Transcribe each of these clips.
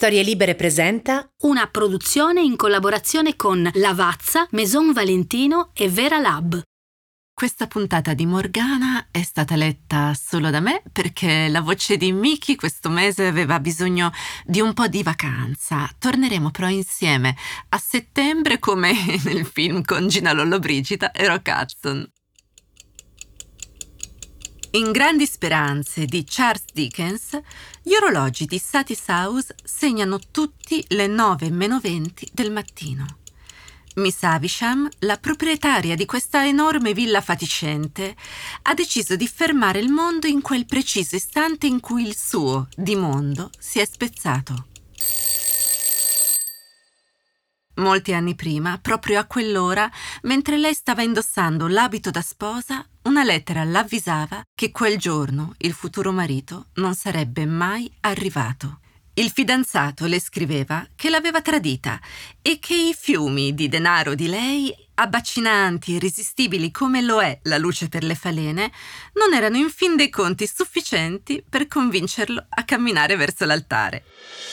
Storie Libere presenta una produzione in collaborazione con Lavazza, Maison Valentino e Vera Lab. Questa puntata di Morgana è stata letta solo da me perché la voce di Miki questo mese aveva bisogno di un po' di vacanza. Torneremo però insieme a settembre come nel film con Gina Lollobrigida e Rock Hudson. In Grandi Speranze di Charles Dickens, gli orologi di Satis House segnano tutti le 9:20 del mattino. Miss Havisham, la proprietaria di questa enorme villa fatiscente, ha deciso di fermare il mondo in quel preciso istante in cui il suo di mondo si è spezzato. Molti anni prima, proprio a quell'ora, mentre lei stava indossando l'abito da sposa, una lettera l'avvisava che quel giorno il futuro marito non sarebbe mai arrivato. Il fidanzato le scriveva che l'aveva tradita e che i fiumi di denaro di lei, abbacinanti e irresistibili come lo è la luce per le falene, non erano in fin dei conti sufficienti per convincerlo a camminare verso l'altare.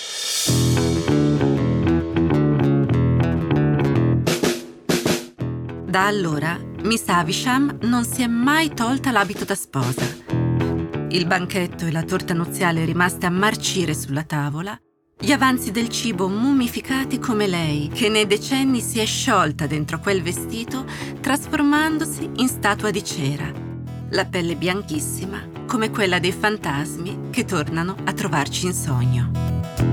Da allora, Miss Havisham non si è mai tolta l'abito da sposa. Il banchetto e la torta nuziale rimaste a marcire sulla tavola, gli avanzi del cibo mummificati come lei, che nei decenni si è sciolta dentro quel vestito, trasformandosi in statua di cera. La pelle bianchissima, come quella dei fantasmi che tornano a trovarci in sogno.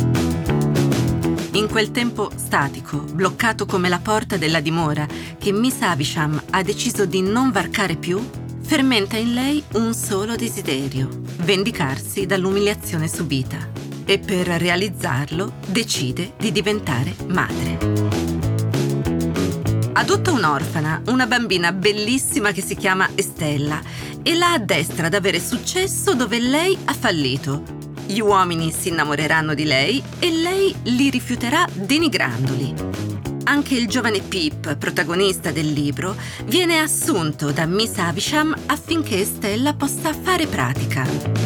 In quel tempo statico, bloccato come la porta della dimora, che Miss Havisham ha deciso di non varcare più, fermenta in lei un solo desiderio: vendicarsi dall'umiliazione subita. E per realizzarlo decide di diventare madre. Adotta un'orfana, una bambina bellissima che si chiama Estella, e la addestra ad avere successo dove lei ha fallito. Gli uomini si innamoreranno di lei e lei li rifiuterà denigrandoli. Anche il giovane Pip, protagonista del libro, viene assunto da Miss Havisham affinché Estella possa fare pratica.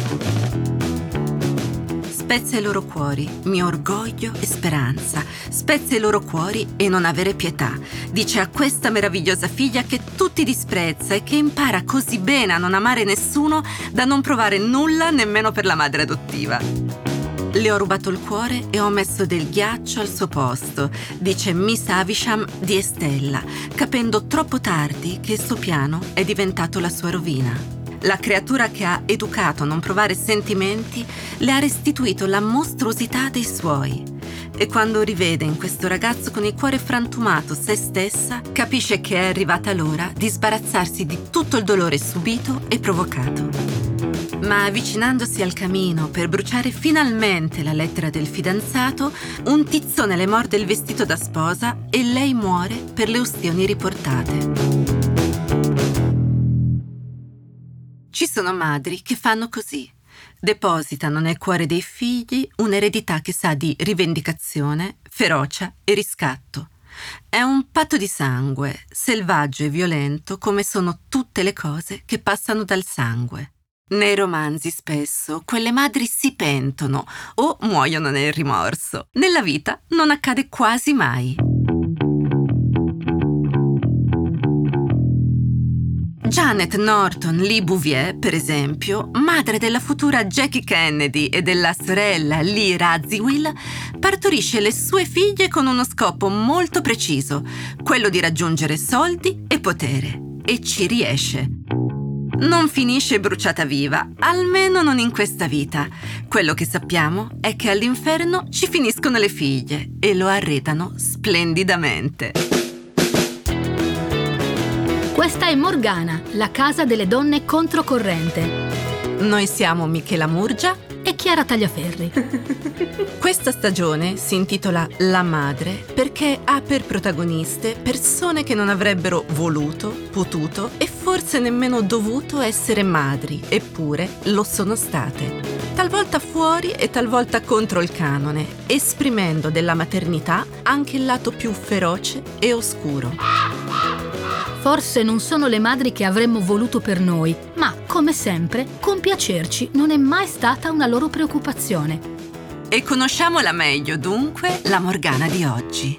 Spezza i loro cuori, mio orgoglio e speranza. Spezza i loro cuori e non avere pietà. Dice a questa meravigliosa figlia che tutti disprezza e che impara così bene a non amare nessuno da non provare nulla nemmeno per la madre adottiva. Le ho rubato il cuore e ho messo del ghiaccio al suo posto, dice Miss Havisham di Estella, capendo troppo tardi che il suo piano è diventato la sua rovina. La creatura che ha educato a non provare sentimenti le ha restituito la mostruosità dei suoi. E quando rivede in questo ragazzo con il cuore frantumato se stessa, capisce che è arrivata l'ora di sbarazzarsi di tutto il dolore subito e provocato. Ma avvicinandosi al camino per bruciare finalmente la lettera del fidanzato, un tizzone le morde il vestito da sposa e lei muore per le ustioni riportate. Ci sono madri che fanno così. Depositano nel cuore dei figli un'eredità che sa di rivendicazione, ferocia e riscatto. È un patto di sangue, selvaggio e violento come sono tutte le cose che passano dal sangue. Nei romanzi spesso quelle madri si pentono o muoiono nel rimorso. Nella vita non accade quasi mai. Janet Norton Lee Bouvier, per esempio, madre della futura Jackie Kennedy e della sorella Lee Radziwill, partorisce le sue figlie con uno scopo molto preciso, quello di raggiungere soldi e potere. E ci riesce. Non finisce bruciata viva, almeno non in questa vita. Quello che sappiamo è che all'inferno ci finiscono le figlie e lo arredano splendidamente. Questa è Morgana, la casa delle donne controcorrente. Noi siamo Michela Murgia E Chiara Tagliaferri. Questa stagione si intitola La madre perché ha per protagoniste persone che non avrebbero voluto, potuto e forse nemmeno dovuto essere madri, eppure lo sono state. Talvolta fuori e talvolta contro il canone, esprimendo della maternità anche il lato più feroce e oscuro. Forse non sono le madri che avremmo voluto per noi, ma, come sempre, compiacerci non è mai stata una loro preoccupazione. E conosciamola meglio, dunque, la Morgana di oggi.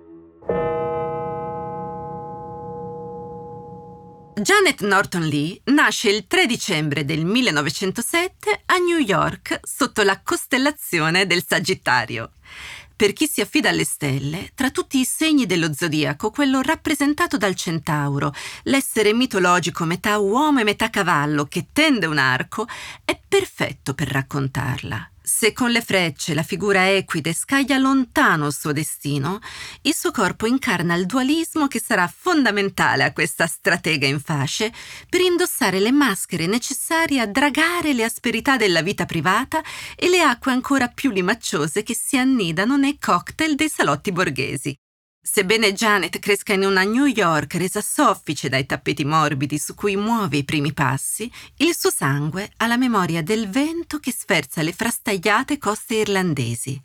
Janet Norton Lee nasce il 3 dicembre del 1907 a New York sotto la costellazione del Sagittario. Per chi si affida alle stelle, tra tutti i segni dello zodiaco, quello rappresentato dal Centauro, l'essere mitologico metà uomo e metà cavallo che tende un arco, è perfetto per raccontarla. Se con le frecce la figura equide scaglia lontano il suo destino, il suo corpo incarna il dualismo che sarà fondamentale a questa stratega in fasce per indossare le maschere necessarie a dragare le asperità della vita privata e le acque ancora più limacciose che si annidano nei cocktail dei salotti borghesi. Sebbene Janet cresca in una New York resa soffice dai tappeti morbidi su cui muove i primi passi, il suo sangue ha la memoria del vento che sferza le frastagliate coste irlandesi.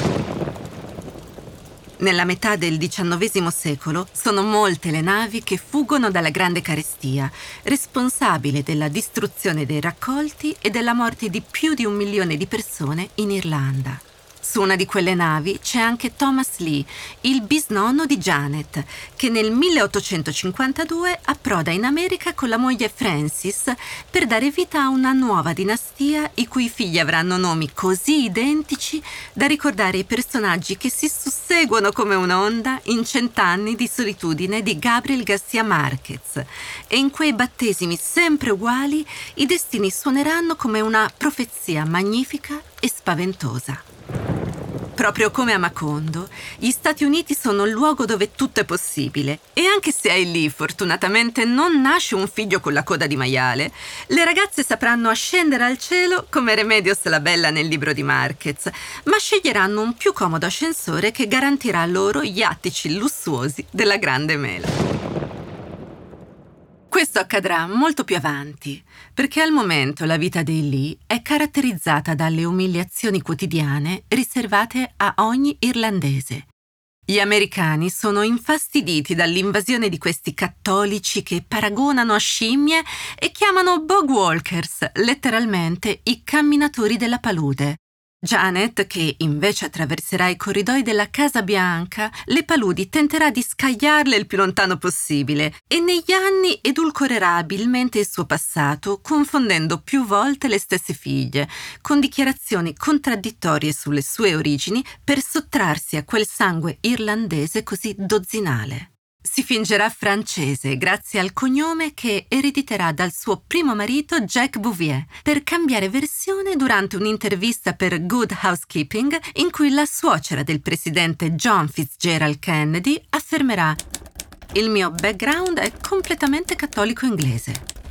Nella metà del XIX secolo sono molte le navi che fuggono dalla grande carestia, responsabile della distruzione dei raccolti e della morte di più di 1 milione di persone in Irlanda. Su una di quelle navi c'è anche Thomas Lee, il bisnonno di Janet, che nel 1852 approda in America con la moglie Frances per dare vita a una nuova dinastia i cui figli avranno nomi così identici da ricordare i personaggi che si susseguono come un'onda in 100 anni di solitudine di Gabriel García Márquez. E in quei battesimi sempre uguali i destini suoneranno come una profezia magnifica e spaventosa. Proprio come a Macondo, gli Stati Uniti sono il luogo dove tutto è possibile e anche se a lì fortunatamente non nasce un figlio con la coda di maiale, le ragazze sapranno ascendere al cielo come Remedios la Bella nel libro di Marquez, ma sceglieranno un più comodo ascensore che garantirà loro gli attici lussuosi della Grande Mela. Questo accadrà molto più avanti, perché al momento la vita dei Lee è caratterizzata dalle umiliazioni quotidiane riservate a ogni irlandese. Gli americani sono infastiditi dall'invasione di questi cattolici che paragonano a scimmie e chiamano bog walkers, letteralmente i camminatori della palude. Janet, che invece attraverserà i corridoi della Casa Bianca, le paludi tenterà di scagliarle il più lontano possibile e negli anni edulcorerà abilmente il suo passato, confondendo più volte le stesse figlie, con dichiarazioni contraddittorie sulle sue origini per sottrarsi a quel sangue irlandese così dozzinale. Si fingerà francese grazie al cognome che erediterà dal suo primo marito Jack Bouvier per cambiare versione durante un'intervista per Good Housekeeping in cui la suocera del presidente John Fitzgerald Kennedy affermerà: «Il mio background è completamente cattolico inglese».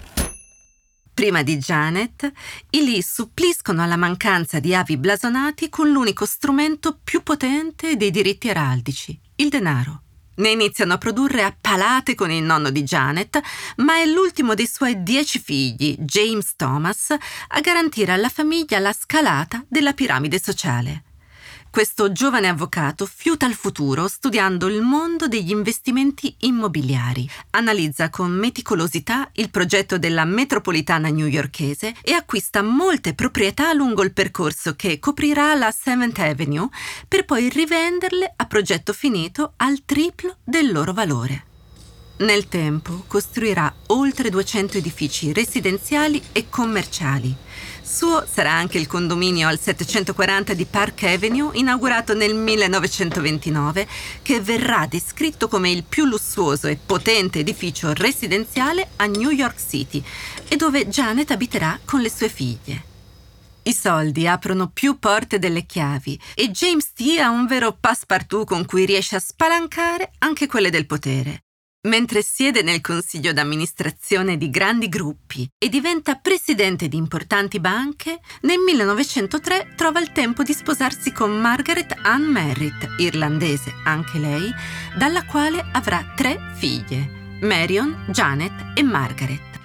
Prima di Janet, i Lee suppliscono alla mancanza di avi blasonati con l'unico strumento più potente dei diritti araldici, il denaro. Ne iniziano a produrre a palate con il nonno di Janet, ma è l'ultimo dei suoi 10 figli, James Thomas, a garantire alla famiglia la scalata della piramide sociale. Questo giovane avvocato fiuta il futuro studiando il mondo degli investimenti immobiliari, analizza con meticolosità il progetto della metropolitana newyorkese e acquista molte proprietà lungo il percorso che coprirà la 7th Avenue per poi rivenderle a progetto finito al triplo del loro valore. Nel tempo costruirà oltre 200 edifici residenziali e commerciali. Suo sarà anche il condominio al 740 di Park Avenue, inaugurato nel 1929, che verrà descritto come il più lussuoso e potente edificio residenziale a New York City e dove Janet abiterà con le sue figlie. I soldi aprono più porte delle chiavi e James T. ha un vero passepartout con cui riesce a spalancare anche quelle del potere. Mentre siede nel consiglio d'amministrazione di grandi gruppi e diventa presidente di importanti banche, nel 1903 trova il tempo di sposarsi con Margaret Ann Merritt, irlandese anche lei, dalla quale avrà 3 figlie, Marion, Janet e Margaret.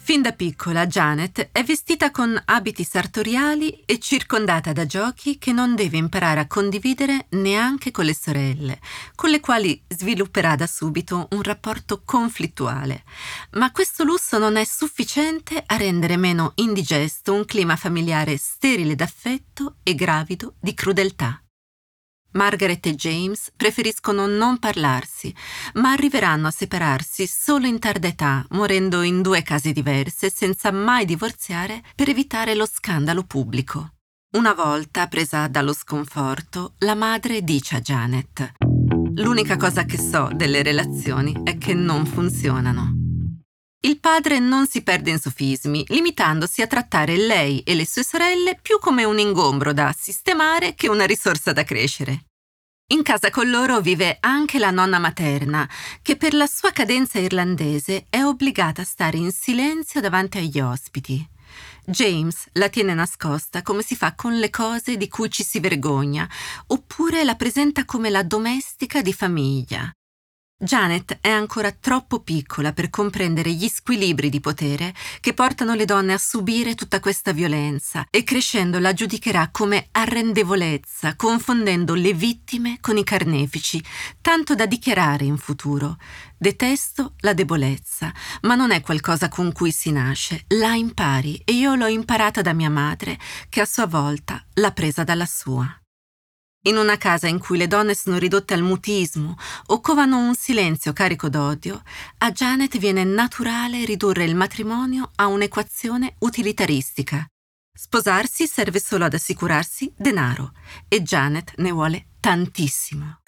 Fin da piccola Janet è vestita con abiti sartoriali e circondata da giochi che non deve imparare a condividere neanche con le sorelle, con le quali svilupperà da subito un rapporto conflittuale. Ma questo lusso non è sufficiente a rendere meno indigesto un clima familiare sterile d'affetto e gravido di crudeltà. Margaret e James preferiscono non parlarsi, ma arriveranno a separarsi solo in tarda età, morendo in 2 case diverse senza mai divorziare per evitare lo scandalo pubblico. Una volta, presa dallo sconforto, la madre dice a Janet: «L'unica cosa che so delle relazioni è che non funzionano». Il padre non si perde in sofismi, limitandosi a trattare lei e le sue sorelle più come un ingombro da sistemare che una risorsa da crescere. In casa con loro vive anche la nonna materna, che per la sua cadenza irlandese è obbligata a stare in silenzio davanti agli ospiti. James la tiene nascosta come si fa con le cose di cui ci si vergogna, oppure la presenta come la domestica di famiglia. Janet è ancora troppo piccola per comprendere gli squilibri di potere che portano le donne a subire tutta questa violenza e crescendo la giudicherà come arrendevolezza, confondendo le vittime con i carnefici, tanto da dichiarare in futuro: «Detesto la debolezza, ma non è qualcosa con cui si nasce, la impari e io l'ho imparata da mia madre, che a sua volta l'ha presa dalla sua». In una casa in cui le donne sono ridotte al mutismo o covano un silenzio carico d'odio, a Janet viene naturale ridurre il matrimonio a un'equazione utilitaristica. Sposarsi serve solo ad assicurarsi denaro e Janet ne vuole tantissimo.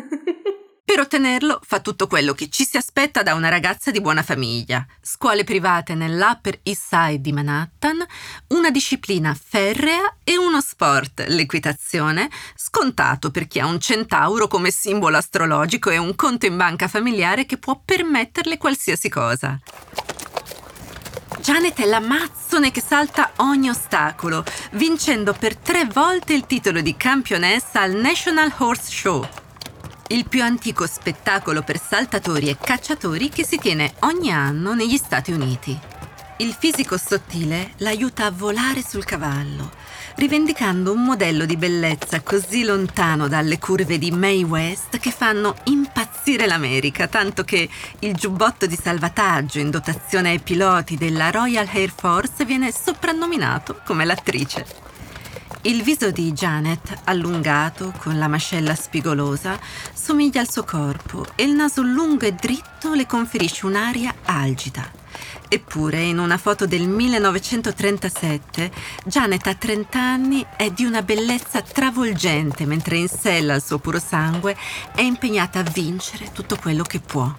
Per ottenerlo fa tutto quello che ci si aspetta da una ragazza di buona famiglia: scuole private nell'Upper East Side di Manhattan, una disciplina ferrea e uno sport, l'equitazione, scontato per chi ha un centauro come simbolo astrologico e un conto in banca familiare che può permetterle qualsiasi cosa. Janet è l'amazzone che salta ogni ostacolo, vincendo per 3 volte il titolo di campionessa al National Horse Show, il più antico spettacolo per saltatori e cacciatori che si tiene ogni anno negli Stati Uniti. Il fisico sottile l'aiuta a volare sul cavallo, rivendicando un modello di bellezza così lontano dalle curve di Mae West che fanno impazzire l'America, tanto che il giubbotto di salvataggio in dotazione ai piloti della Royal Air Force viene soprannominato come l'attrice. Il viso di Janet, allungato, con la mascella spigolosa, somiglia al suo corpo e il naso lungo e dritto le conferisce un'aria algida. Eppure, in una foto del 1937, Janet a 30 anni è di una bellezza travolgente, mentre in sella al suo puro sangue è impegnata a vincere tutto quello che può.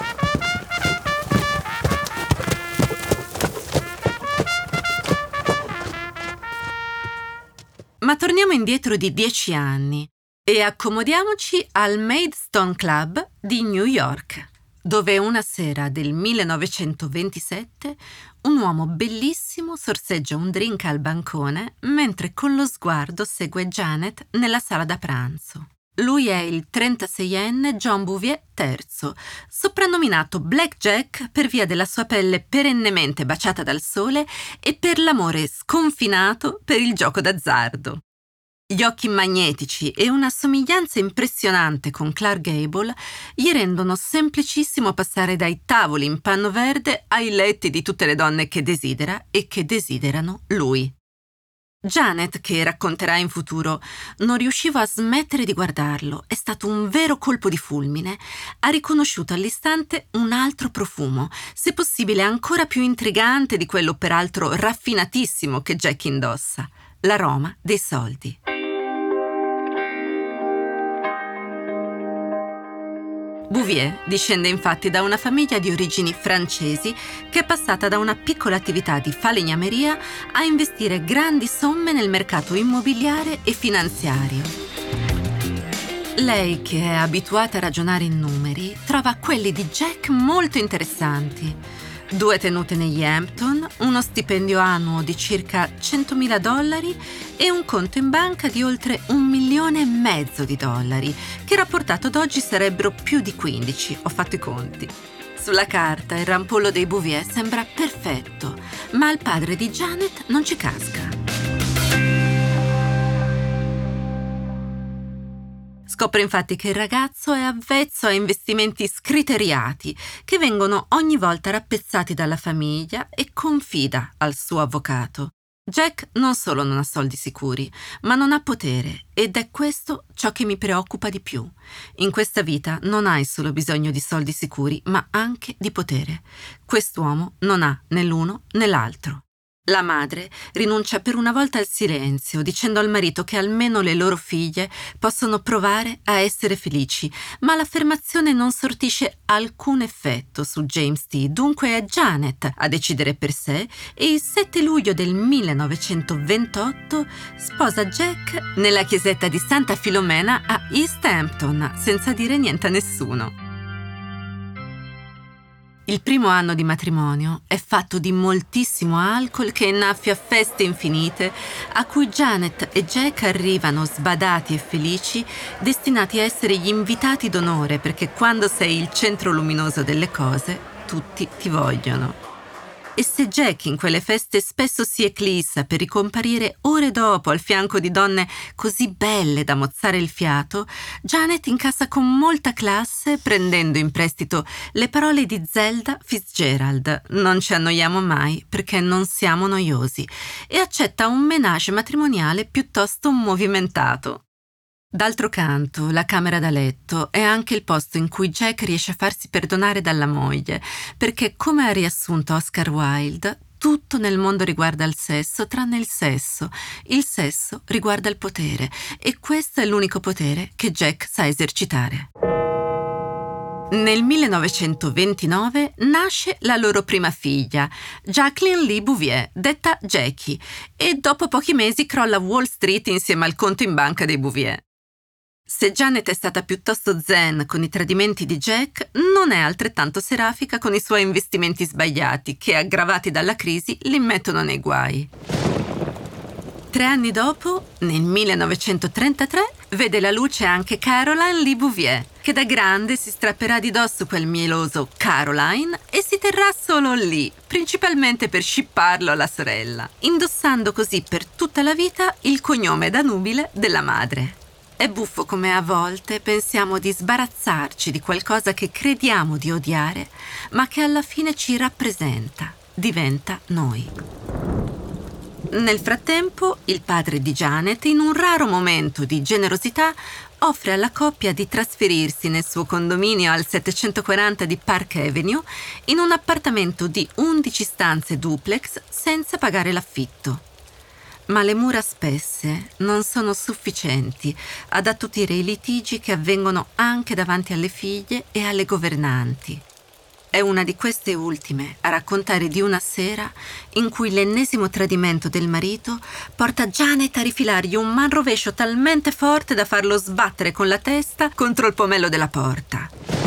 Ma torniamo indietro di 10 anni e accomodiamoci al Maidstone Club di New York, dove una sera del 1927 un uomo bellissimo sorseggia un drink al bancone mentre con lo sguardo segue Janet nella sala da pranzo. Lui è il 36enne John Bouvier III, soprannominato Black Jack per via della sua pelle perennemente baciata dal sole e per l'amore sconfinato per il gioco d'azzardo. Gli occhi magnetici e una somiglianza impressionante con Clark Gable gli rendono semplicissimo passare dai tavoli in panno verde ai letti di tutte le donne che desidera e che desiderano lui. Janet, che racconterà in futuro, non riusciva a smettere di guardarlo, è stato un vero colpo di fulmine. Ha riconosciuto all'istante un altro profumo, se possibile ancora più intrigante di quello peraltro raffinatissimo che Jack indossa, l'aroma dei soldi. Bouvier discende infatti da una famiglia di origini francesi che è passata da una piccola attività di falegnameria a investire grandi somme nel mercato immobiliare e finanziario. Lei, che è abituata a ragionare in numeri, trova quelli di Jack molto interessanti. 2 tenute negli Hampton, uno stipendio annuo di circa $100.000 e un conto in banca di oltre $1,5 milioni, che rapportato ad oggi sarebbero più di 15, ho fatto i conti. Sulla carta il rampollo dei Bouvier sembra perfetto, ma al padre di Janet non ci casca. Scopre infatti che il ragazzo è avvezzo a investimenti scriteriati che vengono ogni volta rappezzati dalla famiglia e confida al suo avvocato. Jack non solo non ha soldi sicuri, ma non ha potere ed è questo ciò che mi preoccupa di più. In questa vita non hai solo bisogno di soldi sicuri, ma anche di potere. Quest'uomo non ha né l'uno né l'altro. La madre rinuncia per una volta al silenzio, dicendo al marito che almeno le loro figlie possono provare a essere felici, ma l'affermazione non sortisce alcun effetto su James T. Dunque è Janet a decidere per sé e il 7 luglio del 1928 sposa Jack nella chiesetta di Santa Filomena a East Hampton, senza dire niente a nessuno. Il primo anno di matrimonio è fatto di moltissimo alcol che innaffia feste infinite a cui Janet e Jack arrivano sbadati e felici, destinati a essere gli invitati d'onore perché quando sei il centro luminoso delle cose, tutti ti vogliono. E se Jack in quelle feste spesso si eclissa per ricomparire ore dopo al fianco di donne così belle da mozzare il fiato, Janet incassa con molta classe, prendendo in prestito le parole di Zelda Fitzgerald, non ci annoiamo mai perché non siamo noiosi, e accetta un ménage matrimoniale piuttosto movimentato. D'altro canto, la camera da letto è anche il posto in cui Jack riesce a farsi perdonare dalla moglie, perché, come ha riassunto Oscar Wilde, tutto nel mondo riguarda il sesso tranne il sesso riguarda il potere, e questo è l'unico potere che Jack sa esercitare. Nel 1929 nasce la loro prima figlia, Jacqueline Lee Bouvier, detta Jackie, e dopo pochi mesi crolla Wall Street insieme al conto in banca dei Bouvier. Se Janet è stata piuttosto zen con i tradimenti di Jack, non è altrettanto serafica con i suoi investimenti sbagliati, che, aggravati dalla crisi, li mettono nei guai. 3 anni dopo, nel 1933, vede la luce anche Caroline Lee Bouvier, che da grande si strapperà di dosso quel mieloso Caroline e si terrà solo lì, principalmente per scipparlo alla sorella, indossando così per tutta la vita il cognome da nubile della madre. È buffo come a volte pensiamo di sbarazzarci di qualcosa che crediamo di odiare, ma che alla fine ci rappresenta, diventa noi. Nel frattempo, il padre di Janet, in un raro momento di generosità, offre alla coppia di trasferirsi nel suo condominio al 740 di Park Avenue in un appartamento di 11 stanze duplex senza pagare l'affitto. Ma le mura spesse non sono sufficienti ad attutire i litigi che avvengono anche davanti alle figlie e alle governanti. È una di queste ultime a raccontare di una sera in cui l'ennesimo tradimento del marito porta Janet a rifilargli un manrovescio talmente forte da farlo sbattere con la testa contro il pomello della porta.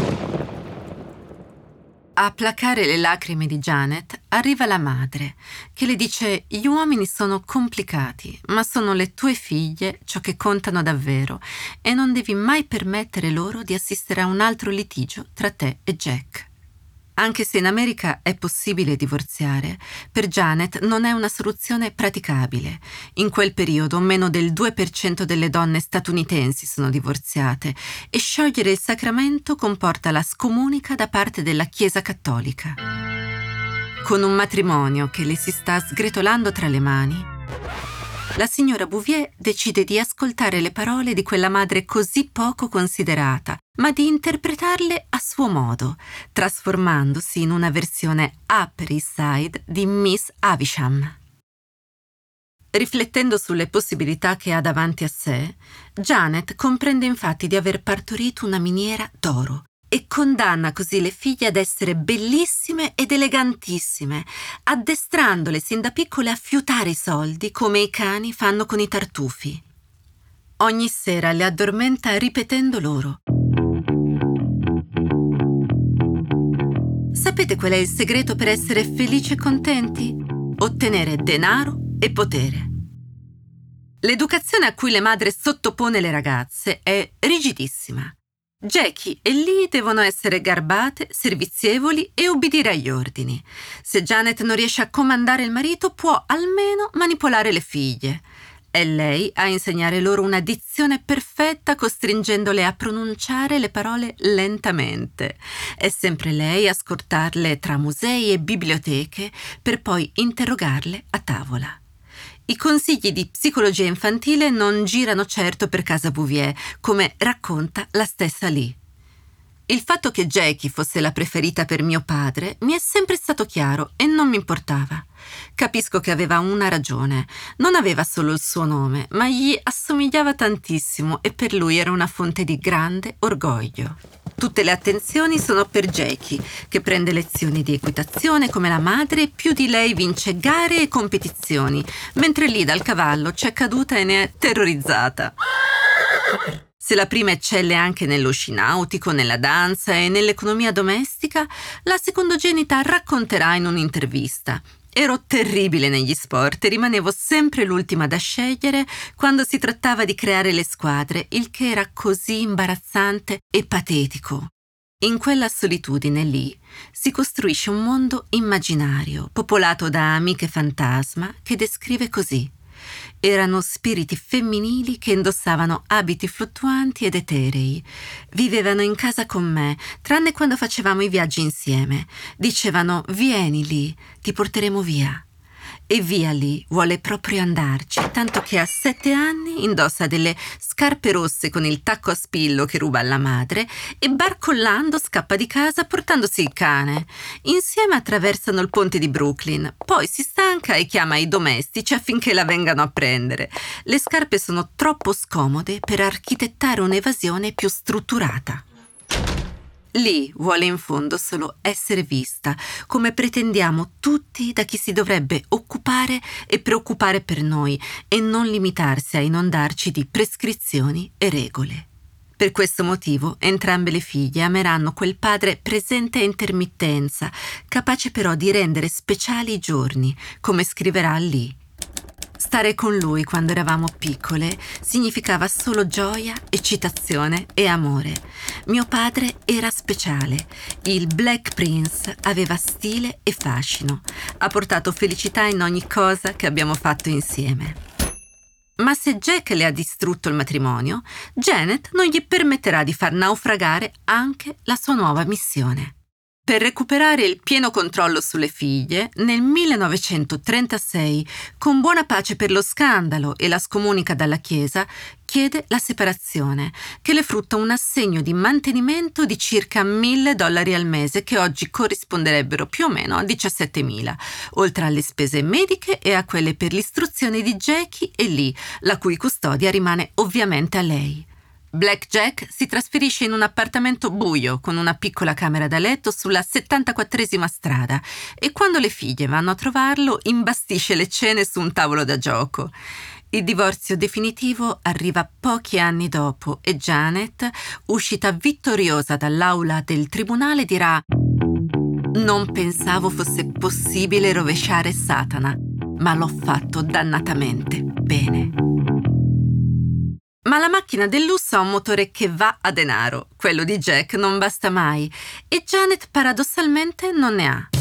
A placare le lacrime di Janet arriva la madre, che le dice: gli uomini sono complicati, ma sono le tue figlie ciò che contano davvero e non devi mai permettere loro di assistere a un altro litigio tra te e Jack. Anche se in America è possibile divorziare, per Janet non è una soluzione praticabile. In quel periodo meno del 2% delle donne statunitensi sono divorziate e sciogliere il sacramento comporta la scomunica da parte della Chiesa cattolica. Con un matrimonio che le si sta sgretolando tra le mani, la signora Bouvier decide di ascoltare le parole di quella madre così poco considerata, ma di interpretarle a suo modo, trasformandosi in una versione Upper East Side di Miss Havisham. Riflettendo sulle possibilità che ha davanti a sé, Janet comprende infatti di aver partorito una miniera d'oro e condanna così le figlie ad essere bellissime ed elegantissime, addestrandole sin da piccole a fiutare i soldi come i cani fanno con i tartufi. Ogni sera le addormenta ripetendo loro: sapete qual è il segreto per essere felici e contenti? Ottenere denaro e potere. L'educazione a cui le madri sottopone le ragazze è rigidissima. Jackie e Lee devono essere garbate, servizievoli e obbedire agli ordini. Se Janet non riesce a comandare il marito, può almeno manipolare le figlie. È lei a insegnare loro una dizione perfetta, costringendole a pronunciare le parole lentamente. È sempre lei a scortarle tra musei e biblioteche per poi interrogarle a tavola. I consigli di psicologia infantile non girano certo per casa Bouvier, come racconta la stessa Lee. Il fatto che Jackie fosse la preferita per mio padre mi è sempre stato chiaro e non mi importava. Capisco che aveva una ragione. Non aveva solo il suo nome, ma gli assomigliava tantissimo e per lui era una fonte di grande orgoglio. Tutte le attenzioni sono per Jackie, che prende lezioni di equitazione come la madre e più di lei vince gare e competizioni, mentre lì dal cavallo c'è caduta e ne è terrorizzata. Se la prima eccelle anche nello sci nautico, nella danza e nell'economia domestica, la secondogenita racconterà in un'intervista: ero terribile negli sport e rimanevo sempre l'ultima da scegliere quando si trattava di creare le squadre, il che era così imbarazzante e patetico. In quella solitudine lì si costruisce un mondo immaginario, popolato da amiche fantasma, che descrive così: erano spiriti femminili che indossavano abiti fluttuanti ed eterei. Vivevano in casa con me, tranne quando facevamo i viaggi insieme. Dicevano: vieni lì, ti porteremo via. E via lì vuole proprio andarci, tanto che a 7 anni indossa delle scarpe rosse con il tacco a spillo che ruba alla madre e barcollando scappa di casa portandosi il cane. Insieme attraversano il ponte di Brooklyn, poi si stanca e chiama i domestici affinché la vengano a prendere. Le scarpe sono troppo scomode per architettare un'evasione più strutturata. Lì vuole in fondo solo essere vista, come pretendiamo tutti da chi si dovrebbe occupare e preoccupare per noi e non limitarsi a inondarci di prescrizioni e regole. Per questo motivo entrambe le figlie ameranno quel padre presente a intermittenza, capace però di rendere speciali i giorni, come scriverà Lee. Stare con lui quando eravamo piccole significava solo gioia, eccitazione e amore. Mio padre era speciale. Il Black Prince aveva stile e fascino. Ha portato felicità in ogni cosa che abbiamo fatto insieme. Ma se Jack le ha distrutto il matrimonio, Janet non gli permetterà di far naufragare anche la sua nuova missione. Per recuperare il pieno controllo sulle figlie, nel 1936, con buona pace per lo scandalo e la scomunica dalla Chiesa, chiede la separazione, che le frutta un assegno di mantenimento di circa $1.000 al mese, che oggi corrisponderebbero più o meno a 17.000, oltre alle spese mediche e a quelle per l'istruzione di Jackie e Lee, la cui custodia rimane ovviamente a lei. Black Jack si trasferisce in un appartamento buio con una piccola camera da letto sulla 74esima strada e quando le figlie vanno a trovarlo imbastisce le cene su un tavolo da gioco. Il divorzio definitivo arriva pochi anni dopo e Janet, uscita vittoriosa dall'aula del tribunale, dirà: «Non pensavo fosse possibile rovesciare Satana, ma l'ho fatto dannatamente bene». Ma la macchina del lusso ha un motore che va a denaro. Quello di Jack non basta mai e Janet paradossalmente non ne ha.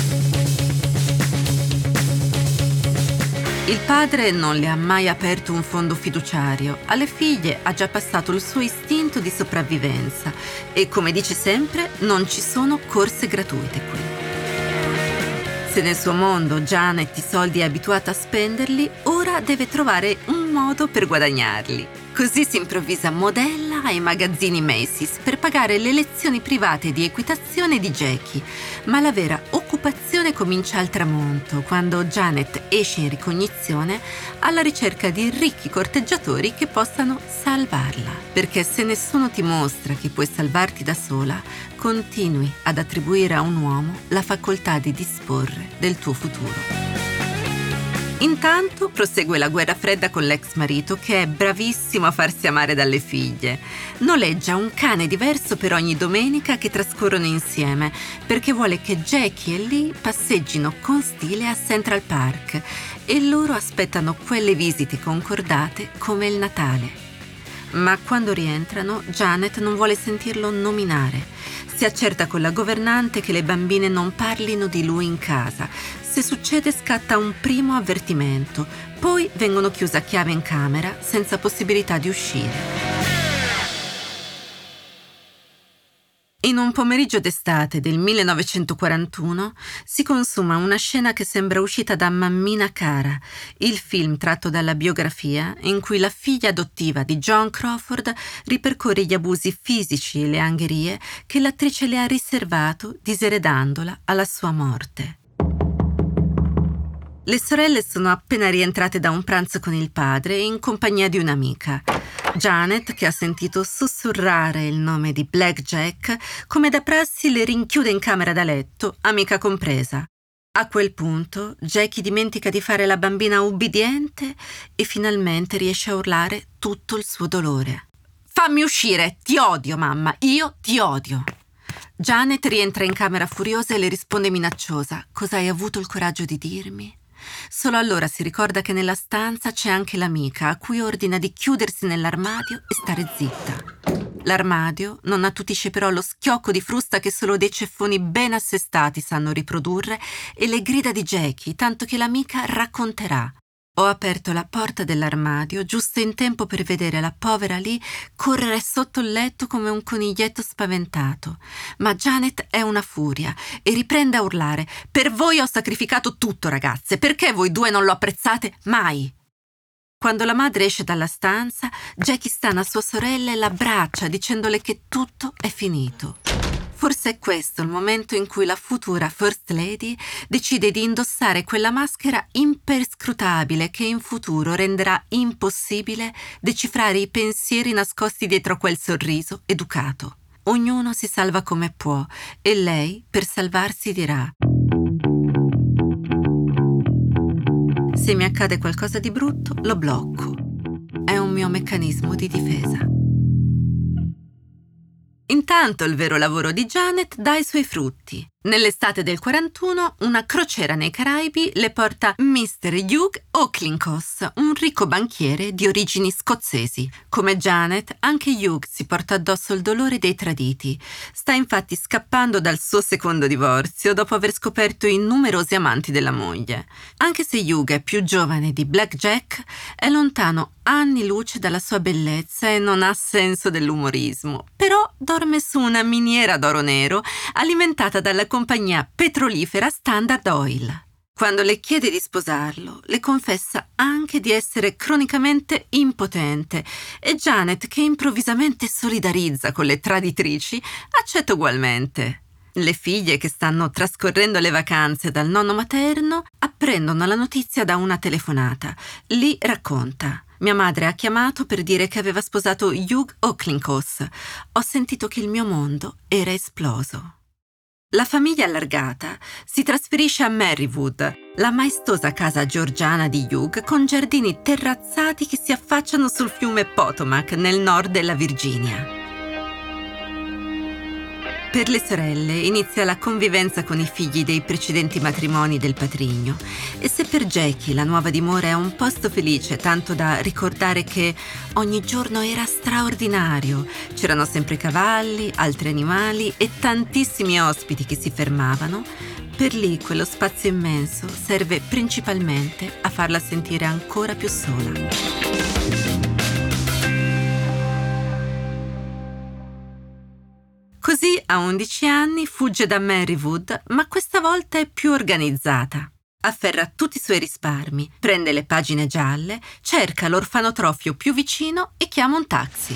Il padre non le ha mai aperto un fondo fiduciario. Alle figlie ha già passato il suo istinto di sopravvivenza e, come dice sempre, non ci sono corse gratuite qui. Se nel suo mondo Janet i soldi è abituata a spenderli, ora deve trovare un modo per guadagnarli. Così si improvvisa modella ai magazzini Macy's per pagare le lezioni private di equitazione di Jackie, ma la vera occupazione comincia al tramonto, quando Janet esce in ricognizione alla ricerca di ricchi corteggiatori che possano salvarla. Perché se nessuno ti mostra che puoi salvarti da sola, continui ad attribuire a un uomo la facoltà di disporre del tuo futuro. Intanto prosegue la guerra fredda con l'ex marito, che è bravissimo a farsi amare dalle figlie. Noleggia un cane diverso per ogni domenica che trascorrono insieme, perché vuole che Jackie e Lee passeggino con stile a Central Park e loro aspettano quelle visite concordate come il Natale. Ma quando rientrano, Janet non vuole sentirlo nominare. Si accerta con la governante che le bambine non parlino di lui in casa. Se succede scatta un primo avvertimento, poi vengono chiuse a chiave in camera senza possibilità di uscire. In un pomeriggio d'estate del 1941 si consuma una scena che sembra uscita da Mammina Cara, il film tratto dalla biografia in cui la figlia adottiva di Joan Crawford ripercorre gli abusi fisici e le angherie che l'attrice le ha riservato diseredandola alla sua morte. Le sorelle sono appena rientrate da un pranzo con il padre in compagnia di un'amica. Janet, che ha sentito sussurrare il nome di Black Jack, come da prassi le rinchiude in camera da letto, amica compresa. A quel punto Jackie dimentica di fare la bambina ubbidiente e finalmente riesce a urlare tutto il suo dolore. «Fammi uscire! Ti odio, mamma! Io ti odio!» Janet rientra in camera furiosa e le risponde minacciosa. «Cosa hai avuto il coraggio di dirmi?» Solo allora si ricorda che nella stanza c'è anche l'amica, a cui ordina di chiudersi nell'armadio e stare zitta. L'armadio non attutisce però lo schiocco di frusta che solo dei ceffoni ben assestati sanno riprodurre e le grida di Jackie, tanto che l'amica racconterà. Ho aperto la porta dell'armadio giusto in tempo per vedere la povera lì correre sotto il letto come un coniglietto spaventato. Ma Janet è una furia e riprende a urlare: «Per voi ho sacrificato tutto, ragazze! Perché voi due non lo apprezzate mai?» Quando la madre esce dalla stanza, Jackie stana sua sorella e l'abbraccia dicendole che tutto è finito. Forse è questo il momento in cui la futura First Lady decide di indossare quella maschera imperscrutabile che in futuro renderà impossibile decifrare i pensieri nascosti dietro quel sorriso educato. Ognuno si salva come può e lei, per salvarsi, dirà: «Se mi accade qualcosa di brutto, lo blocco. È un mio meccanismo di difesa». Intanto il vero lavoro di Janet dà i suoi frutti. Nell'estate del 41 una crociera nei Caraibi le porta Mr. Hugh Oaklinkoss, un ricco banchiere di origini scozzesi. Come Janet, anche Hugh si porta addosso il dolore dei traditi. Sta infatti scappando dal suo secondo divorzio dopo aver scoperto i numerosi amanti della moglie. Anche se Hugh è più giovane di Black Jack, è lontano anni luce dalla sua bellezza e non ha senso dell'umorismo. Però dorme su una miniera d'oro nero alimentata dalla compagnia petrolifera Standard Oil. Quando le chiede di sposarlo, le confessa anche di essere cronicamente impotente e Janet, che improvvisamente solidarizza con le traditrici, accetta ugualmente. Le figlie, che stanno trascorrendo le vacanze dal nonno materno, apprendono la notizia da una telefonata. Lee racconta: «Mia madre ha chiamato per dire che aveva sposato Hugh Oaklinkoss. Ho sentito che il mio mondo era esploso». La famiglia allargata si trasferisce a Marywood, la maestosa casa georgiana di Hugh con giardini terrazzati che si affacciano sul fiume Potomac nel nord della Virginia. Per le sorelle inizia la convivenza con i figli dei precedenti matrimoni del patrigno e se per Jackie la nuova dimora è un posto felice tanto da ricordare che ogni giorno era straordinario, c'erano sempre cavalli, altri animali e tantissimi ospiti che si fermavano, per lì quello spazio immenso serve principalmente a farla sentire ancora più sola. Così a 11 anni fugge da Marywood, ma questa volta è più organizzata. Afferra tutti i suoi risparmi, prende le pagine gialle, cerca l'orfanotrofio più vicino e chiama un taxi.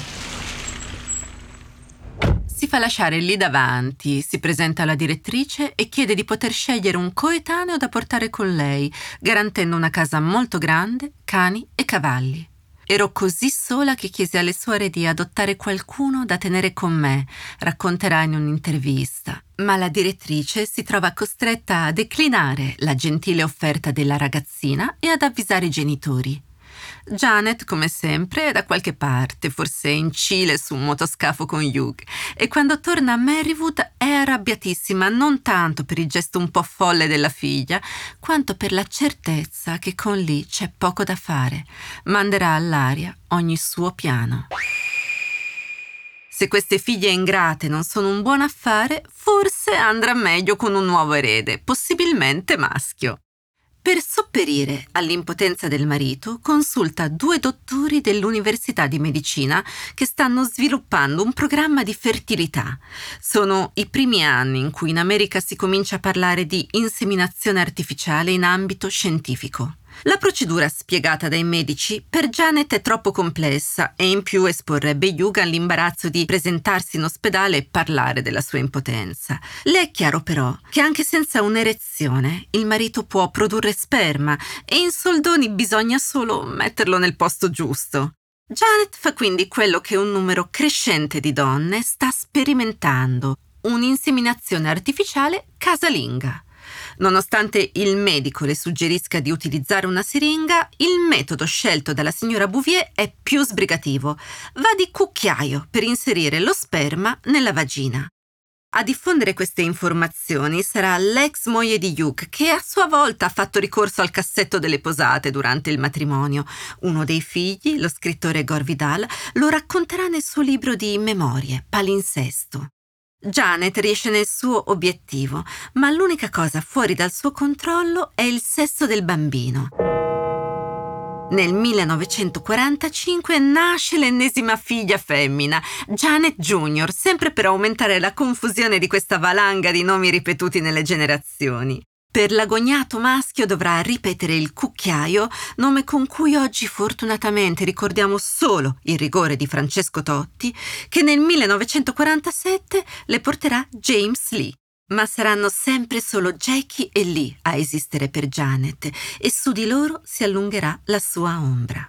Si fa lasciare lì davanti, si presenta alla direttrice e chiede di poter scegliere un coetaneo da portare con lei, garantendo una casa molto grande, cani e cavalli. Ero così sola che chiesi alle suore di adottare qualcuno da tenere con me, racconterà in un'intervista. Ma la direttrice si trova costretta a declinare la gentile offerta della ragazzina e ad avvisare i genitori. Janet, come sempre, è da qualche parte, forse in Cile su un motoscafo con Hugh, e quando torna a Marywood è arrabbiatissima non tanto per il gesto un po' folle della figlia, quanto per la certezza che con Lee c'è poco da fare. Manderà all'aria ogni suo piano. Se queste figlie ingrate non sono un buon affare, forse andrà meglio con un nuovo erede, possibilmente maschio. Per sopperire all'impotenza del marito, consulta 2 dottori dell'Università di Medicina che stanno sviluppando un programma di fertilità. Sono i primi anni in cui in America si comincia a parlare di inseminazione artificiale in ambito scientifico. La procedura spiegata dai medici per Janet è troppo complessa e in più esporrebbe Hugh all'imbarazzo di presentarsi in ospedale e parlare della sua impotenza. Le è chiaro però che anche senza un'erezione il marito può produrre sperma e in soldoni bisogna solo metterlo nel posto giusto. Janet fa quindi quello che un numero crescente di donne sta sperimentando: un'inseminazione artificiale casalinga. Nonostante il medico le suggerisca di utilizzare una siringa, il metodo scelto dalla signora Bouvier è più sbrigativo. Va di cucchiaio per inserire lo sperma nella vagina. A diffondere queste informazioni sarà l'ex moglie di Hugh, che a sua volta ha fatto ricorso al cassetto delle posate durante il matrimonio. Uno dei figli, lo scrittore Gore Vidal, lo racconterà nel suo libro di memorie, Palinsesto. Janet riesce nel suo obiettivo, ma l'unica cosa fuori dal suo controllo è il sesso del bambino. Nel 1945 nasce l'ennesima figlia femmina, Janet Jr., sempre per aumentare la confusione di questa valanga di nomi ripetuti nelle generazioni. Per l'agognato maschio dovrà ripetere il cucchiaio, nome con cui oggi fortunatamente ricordiamo solo il rigore di Francesco Totti, che nel 1947 le porterà James Lee. Ma saranno sempre solo Jackie e Lee a esistere per Janet, e su di loro si allungherà la sua ombra.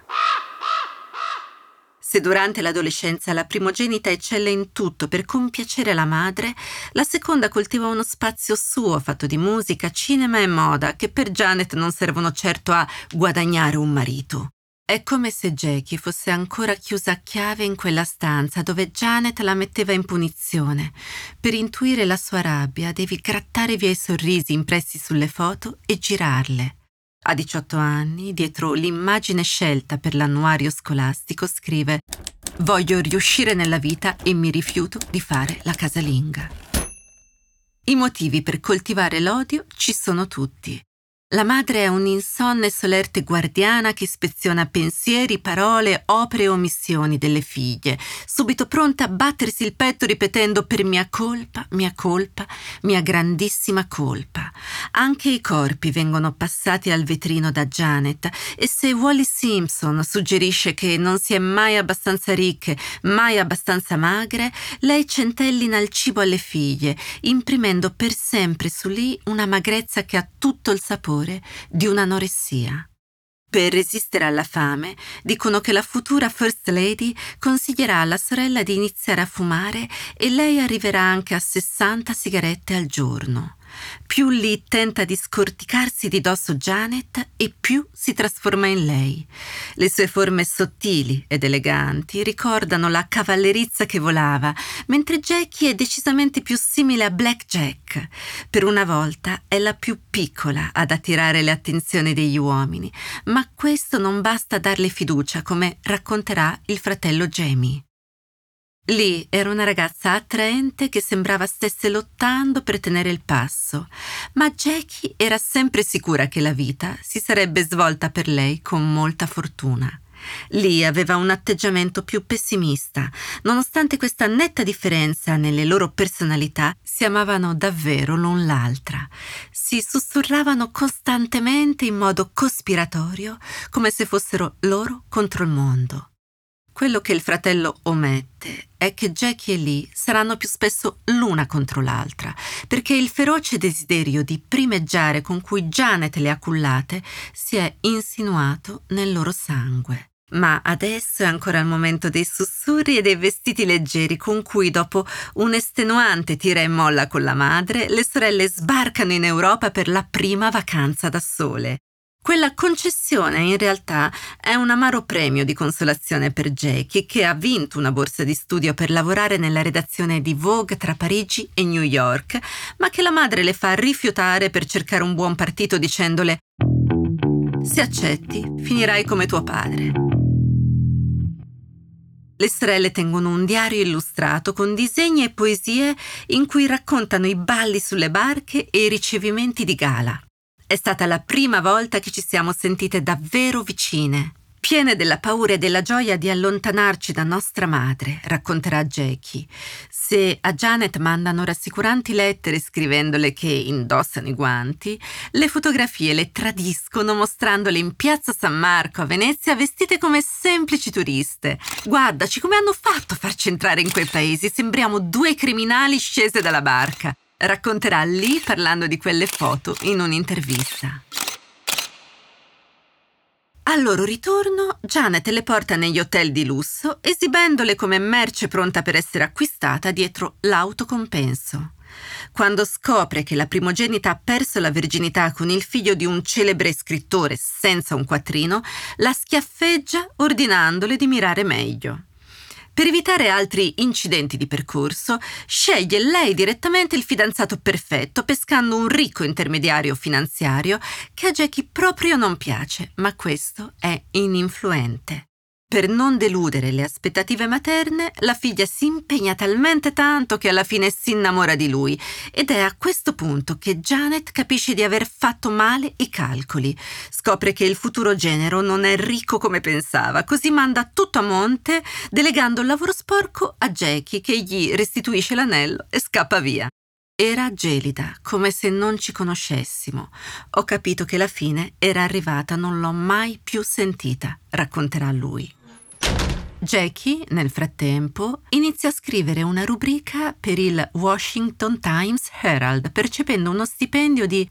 Se durante l'adolescenza la primogenita eccelle in tutto per compiacere la madre, la seconda coltiva uno spazio suo fatto di musica, cinema e moda che per Janet non servono certo a guadagnare un marito. È come se Jackie fosse ancora chiusa a chiave in quella stanza dove Janet la metteva in punizione. Per intuire la sua rabbia devi grattare via i sorrisi impressi sulle foto e girarle. A 18 anni, dietro l'immagine scelta per l'annuario scolastico, scrive: «Voglio riuscire nella vita e mi rifiuto di fare la casalinga». I motivi per coltivare l'odio ci sono tutti. La madre è un'insonne e solerte guardiana che ispeziona pensieri, parole, opere e omissioni delle figlie, subito pronta a battersi il petto ripetendo «per mia colpa, mia grandissima colpa». Anche i corpi vengono passati al vetrino da Janet, e se Wally Simpson suggerisce che non si è mai abbastanza ricche, mai abbastanza magre, lei centellina il cibo alle figlie, imprimendo per sempre su Lee una magrezza che ha tutto il sapore di un'anoressia. Per resistere alla fame, dicono che la futura First Lady consiglierà alla sorella di iniziare a fumare e lei arriverà anche a 60 sigarette al giorno. Più Lee tenta di scorticarsi di dosso Janet e più si trasforma in lei. Le sue forme sottili ed eleganti ricordano la cavallerizza che volava, mentre Jackie è decisamente più simile a Black Jack. Per una volta è la più piccola ad attirare le attenzioni degli uomini, ma questo non basta a darle fiducia, come racconterà il fratello Jamie. Lee era una ragazza attraente che sembrava stesse lottando per tenere il passo, ma Jackie era sempre sicura che la vita si sarebbe svolta per lei con molta fortuna. Lee aveva un atteggiamento più pessimista. Nonostante questa netta differenza nelle loro personalità, si amavano davvero l'un l'altra. Si sussurravano costantemente in modo cospiratorio, come se fossero loro contro il mondo. Quello che il fratello omette è che Jackie e Lee saranno più spesso l'una contro l'altra, perché il feroce desiderio di primeggiare con cui Janet le ha cullate si è insinuato nel loro sangue. Ma adesso è ancora il momento dei sussurri e dei vestiti leggeri con cui, dopo un estenuante tira e molla con la madre, le sorelle sbarcano in Europa per la prima vacanza da sole. Quella concessione in realtà è un amaro premio di consolazione per Jackie, che ha vinto una borsa di studio per lavorare nella redazione di Vogue tra Parigi e New York, ma che la madre le fa rifiutare per cercare un buon partito dicendole: se accetti, finirai come tuo padre. Le sorelle tengono un diario illustrato con disegni e poesie in cui raccontano i balli sulle barche e i ricevimenti di gala. È stata la prima volta che ci siamo sentite davvero vicine, piene della paura e della gioia di allontanarci da nostra madre, racconterà Jackie. Se a Janet mandano rassicuranti lettere scrivendole che indossano i guanti, le fotografie le tradiscono mostrandole in piazza San Marco a Venezia vestite come semplici turiste. Guardaci come hanno fatto a farci entrare in quei paesi, sembriamo due criminali scese dalla barca. Racconterà Lee parlando di quelle foto in un'intervista. Al loro ritorno, Janet le porta negli hotel di lusso, esibendole come merce pronta per essere acquistata dietro l'autocompenso. Quando scopre che la primogenita ha perso la verginità con il figlio di un celebre scrittore senza un quattrino, la schiaffeggia ordinandole di mirare meglio. Per evitare altri incidenti di percorso, sceglie lei direttamente il fidanzato perfetto, pescando un ricco intermediario finanziario che a Jackie proprio non piace, ma questo è ininfluente. Per non deludere le aspettative materne, la figlia si impegna talmente tanto che alla fine si innamora di lui, ed è a questo punto che Janet capisce di aver fatto male i calcoli. Scopre che il futuro genero non è ricco come pensava, così manda tutto a monte, delegando il lavoro sporco a Jackie, che gli restituisce l'anello e scappa via. Era gelida, come se non ci conoscessimo. Ho capito che la fine era arrivata, non l'ho mai più sentita, racconterà lui. Jackie, nel frattempo, inizia a scrivere una rubrica per il Washington Times Herald, percependo uno stipendio di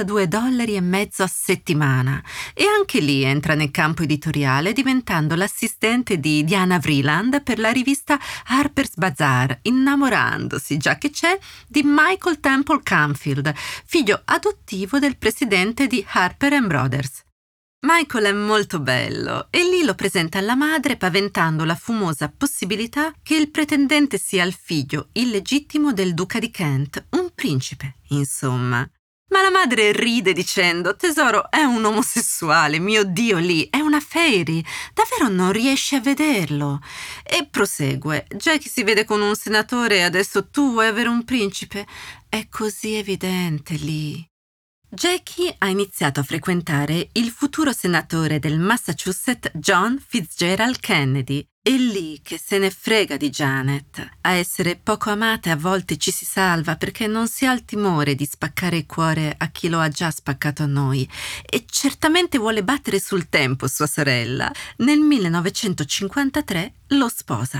$42,50 a settimana, e anche lì entra nel campo editoriale, diventando l'assistente di Diana Vreeland per la rivista Harper's Bazaar, innamorandosi, già che c'è, di Michael Temple Canfield, figlio adottivo del presidente di Harper Brothers. Michael è molto bello e Lee lo presenta alla madre, paventando la fumosa possibilità che il pretendente sia il figlio illegittimo del duca di Kent, un principe, insomma. Ma la madre ride dicendo: tesoro, è un omosessuale, mio Dio, Lee, è una fairy, davvero non riesci a vederlo? E prosegue: Jackie si vede con un senatore e adesso tu vuoi avere un principe? È così evidente, Lee. Jackie ha iniziato a frequentare il futuro senatore del Massachusetts John Fitzgerald Kennedy, e Lee, che se ne frega di Janet. A essere poco amate a volte ci si salva, perché non si ha il timore di spaccare il cuore a chi lo ha già spaccato a noi, e certamente vuole battere sul tempo sua sorella. Nel 1953 lo sposa.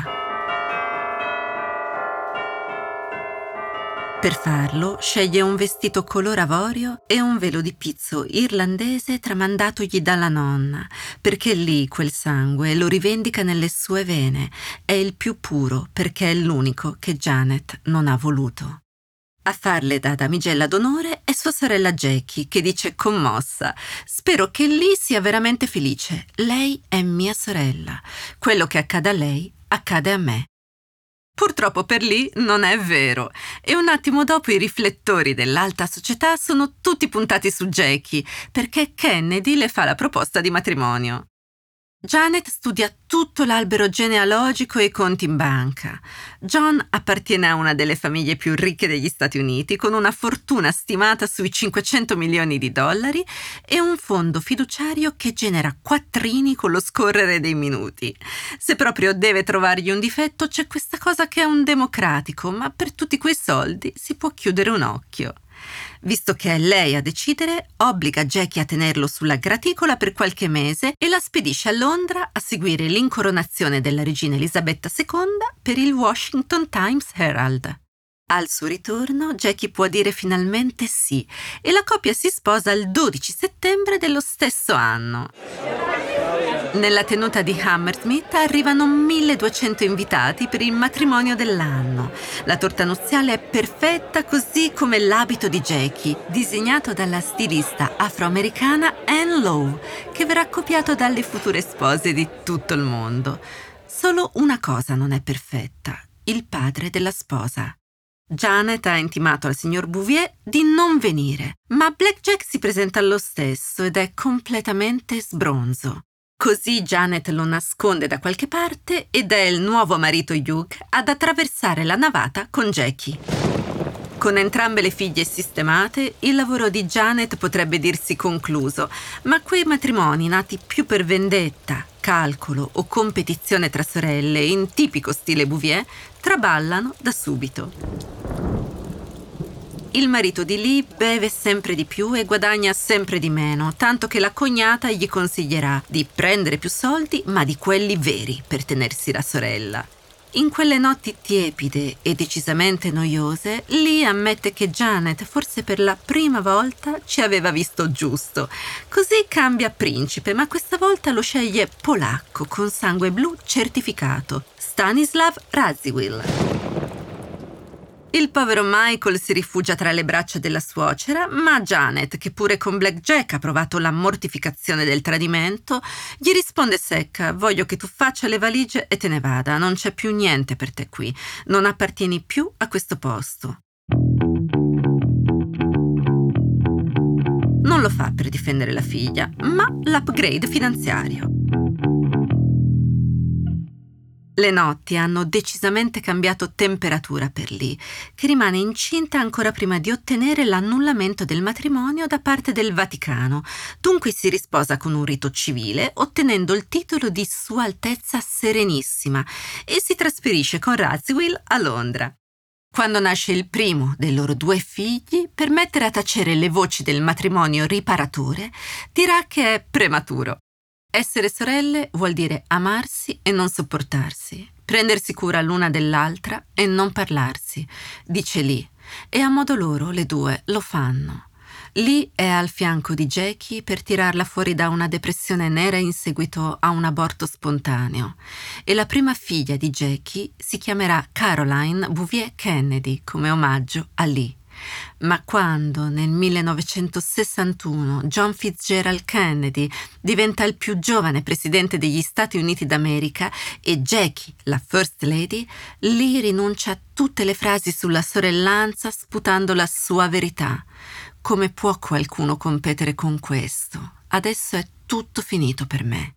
Per farlo sceglie un vestito color avorio e un velo di pizzo irlandese tramandatogli dalla nonna, perché lì quel sangue lo rivendica nelle sue vene. È il più puro, perché è l'unico che Janet non ha voluto. A farle da damigella d'onore è sua sorella Jackie, che dice commossa: spero che Lee sia veramente felice. Lei è mia sorella. Quello che accade a lei accade a me. Purtroppo per Lee non è vero, e un attimo dopo i riflettori dell'alta società sono tutti puntati su Jackie, perché Kennedy le fa la proposta di matrimonio. Janet studia tutto l'albero genealogico e i conti in banca. John appartiene a una delle famiglie più ricche degli Stati Uniti, con una fortuna stimata sui $500 milioni e un fondo fiduciario che genera quattrini con lo scorrere dei minuti. Se proprio deve trovargli un difetto, c'è questa cosa che è un democratico, ma per tutti quei soldi si può chiudere un occhio. Visto che è lei a decidere, obbliga Jackie a tenerlo sulla graticola per qualche mese e la spedisce a Londra a seguire l'incoronazione della regina Elisabetta II per il Washington Times Herald. Al suo ritorno, Jackie può dire finalmente sì, e la coppia si sposa il 12 settembre dello stesso anno. Nella tenuta di Hammersmith arrivano 1200 invitati per il matrimonio dell'anno. La torta nuziale è perfetta, così come l'abito di Jackie, disegnato dalla stilista afroamericana Anne Lowe, che verrà copiato dalle future spose di tutto il mondo. Solo una cosa non è perfetta: il padre della sposa. Janet ha intimato al signor Bouvier di non venire, ma Blackjack si presenta lo stesso ed è completamente sbronzo. Così Janet lo nasconde da qualche parte ed è il nuovo marito Hugh ad attraversare la navata con Jackie. Con entrambe le figlie sistemate, il lavoro di Janet potrebbe dirsi concluso, ma quei matrimoni nati più per vendetta, calcolo o competizione tra sorelle in tipico stile Bouvier traballano da subito. Il marito di Lee beve sempre di più e guadagna sempre di meno, tanto che la cognata gli consiglierà di prendere più soldi, ma di quelli veri, per tenersi la sorella. In quelle notti tiepide e decisamente noiose, Lee ammette che Janet forse per la prima volta ci aveva visto giusto. Così cambia principe, ma questa volta lo sceglie polacco, con sangue blu certificato, Stanislav Radziwill. Il povero Michael si rifugia tra le braccia della suocera, ma Janet, che pure con Blackjack ha provato la mortificazione del tradimento, gli risponde secca: voglio che tu faccia le valigie e te ne vada, non c'è più niente per te qui, non appartieni più a questo posto. Non lo fa per difendere la figlia, ma l'upgrade finanziario. Le notti hanno decisamente cambiato temperatura per Lee, che rimane incinta ancora prima di ottenere l'annullamento del matrimonio da parte del Vaticano. Dunque si risposa con un rito civile, ottenendo il titolo di Sua Altezza Serenissima, e si trasferisce con Radziwill a Londra. Quando nasce il primo dei loro 2 figli, per mettere a tacere le voci del matrimonio riparatore, dirà che è prematuro. Essere sorelle vuol dire amarsi e non sopportarsi, prendersi cura l'una dell'altra e non parlarsi, dice Lee, e a modo loro le due lo fanno. Lee è al fianco di Jackie per tirarla fuori da una depressione nera in seguito a un aborto spontaneo, e la prima figlia di Jackie si chiamerà Caroline Bouvier Kennedy come omaggio a Lee. Ma quando nel 1961 John Fitzgerald Kennedy diventa il più giovane presidente degli Stati Uniti d'America e Jackie la First Lady, Lee rinuncia a tutte le frasi sulla sorellanza sputando la sua verità. Come può qualcuno competere con questo? Adesso è tutto finito per me.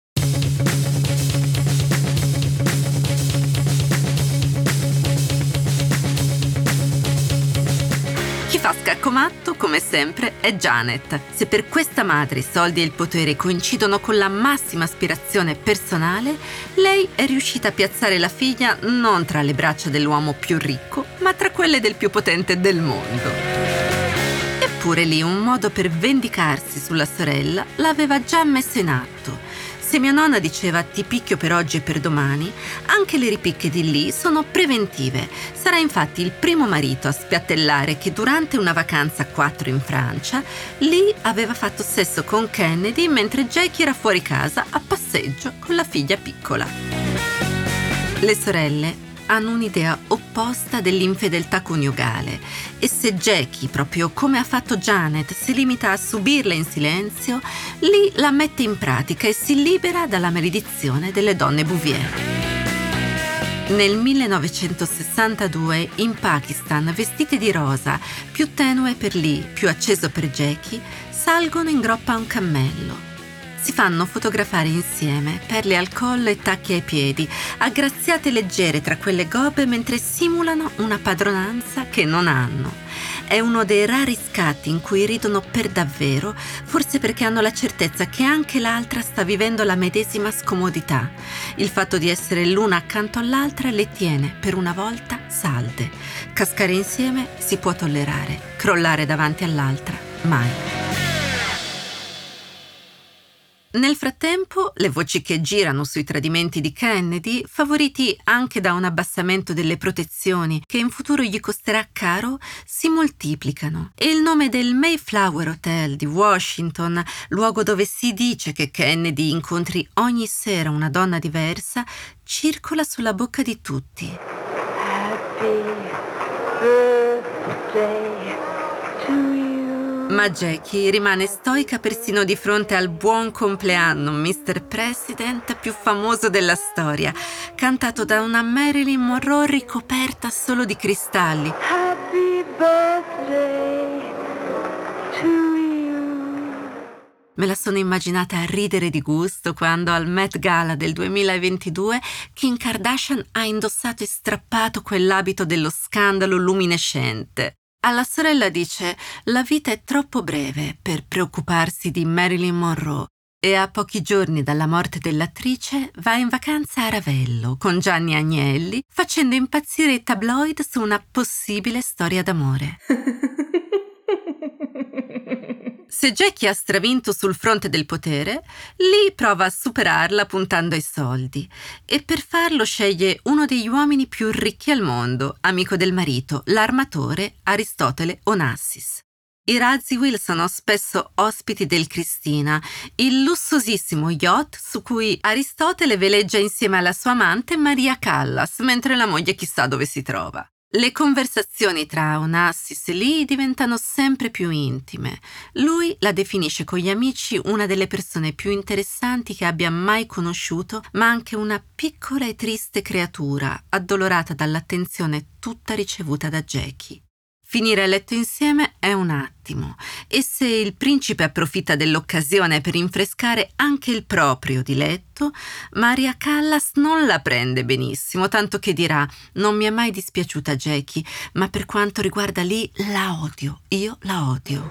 Chi fa scaccomatto, come sempre, è Janet. Se per questa madre i soldi e il potere coincidono con la massima aspirazione personale, lei è riuscita a piazzare la figlia non tra le braccia dell'uomo più ricco, ma tra quelle del più potente del mondo. Eppure lì un modo per vendicarsi sulla sorella l'aveva già messo in atto. Se mia nonna diceva ti picchio per oggi e per domani, anche le ripicche di Lee sono preventive. Sarà infatti il primo marito a spiattellare che durante una vacanza a 4 in Francia, Lee aveva fatto sesso con Kennedy mentre Jackie era fuori casa a passeggio con la figlia piccola. Le sorelle hanno un'idea opposta dell'infedeltà coniugale e se Jackie, proprio come ha fatto Janet, si limita a subirla in silenzio, Lee la mette in pratica e si libera dalla maledizione delle donne Bouvier. Nel 1962, in Pakistan, vestite di rosa, più tenue per Lee, più acceso per Jackie, salgono in groppa a un cammello. Si fanno fotografare insieme, perle al collo e tacchi ai piedi, aggraziate leggere tra quelle gobbe mentre simulano una padronanza che non hanno. È uno dei rari scatti in cui ridono per davvero, forse perché hanno la certezza che anche l'altra sta vivendo la medesima scomodità. Il fatto di essere l'una accanto all'altra le tiene, per una volta, salde. Cascare insieme si può tollerare, crollare davanti all'altra, mai. Nel frattempo, le voci che girano sui tradimenti di Kennedy, favoriti anche da un abbassamento delle protezioni che in futuro gli costerà caro, si moltiplicano e il nome del Mayflower Hotel di Washington, luogo dove si dice che Kennedy incontri ogni sera una donna diversa, circola sulla bocca di tutti. Happy birthday to you. Ma Jackie rimane stoica persino di fronte al buon compleanno, Mr. President più famoso della storia, cantato da una Marilyn Monroe ricoperta solo di cristalli. Happy birthday to you. Me la sono immaginata a ridere di gusto quando al Met Gala del 2022 Kim Kardashian ha indossato e strappato quell'abito dello scandalo luminescente. Alla sorella dice: la vita è troppo breve per preoccuparsi di Marilyn Monroe, e a pochi giorni dalla morte dell'attrice va in vacanza a Ravello con Gianni Agnelli, facendo impazzire i tabloid su una possibile storia d'amore. Se Jackie ha stravinto sul fronte del potere, Lee prova a superarla puntando ai soldi e per farlo sceglie uno degli uomini più ricchi al mondo, amico del marito, l'armatore Aristotele Onassis. I Radziwill sono spesso ospiti del Cristina, il lussuosissimo yacht su cui Aristotele veleggia insieme alla sua amante Maria Callas, mentre la moglie chissà dove si trova. Le conversazioni tra Onassis e Lee diventano sempre più intime. Lui la definisce con gli amici una delle persone più interessanti che abbia mai conosciuto, ma anche una piccola e triste creatura, addolorata dall'attenzione tutta ricevuta da Jackie. Finire a letto insieme è un attimo, e se il principe approfitta dell'occasione per rinfrescare anche il proprio di letto, Maria Callas non la prende benissimo, tanto che dirà: non mi è mai dispiaciuta Jackie, ma per quanto riguarda Lee la odio, io la odio.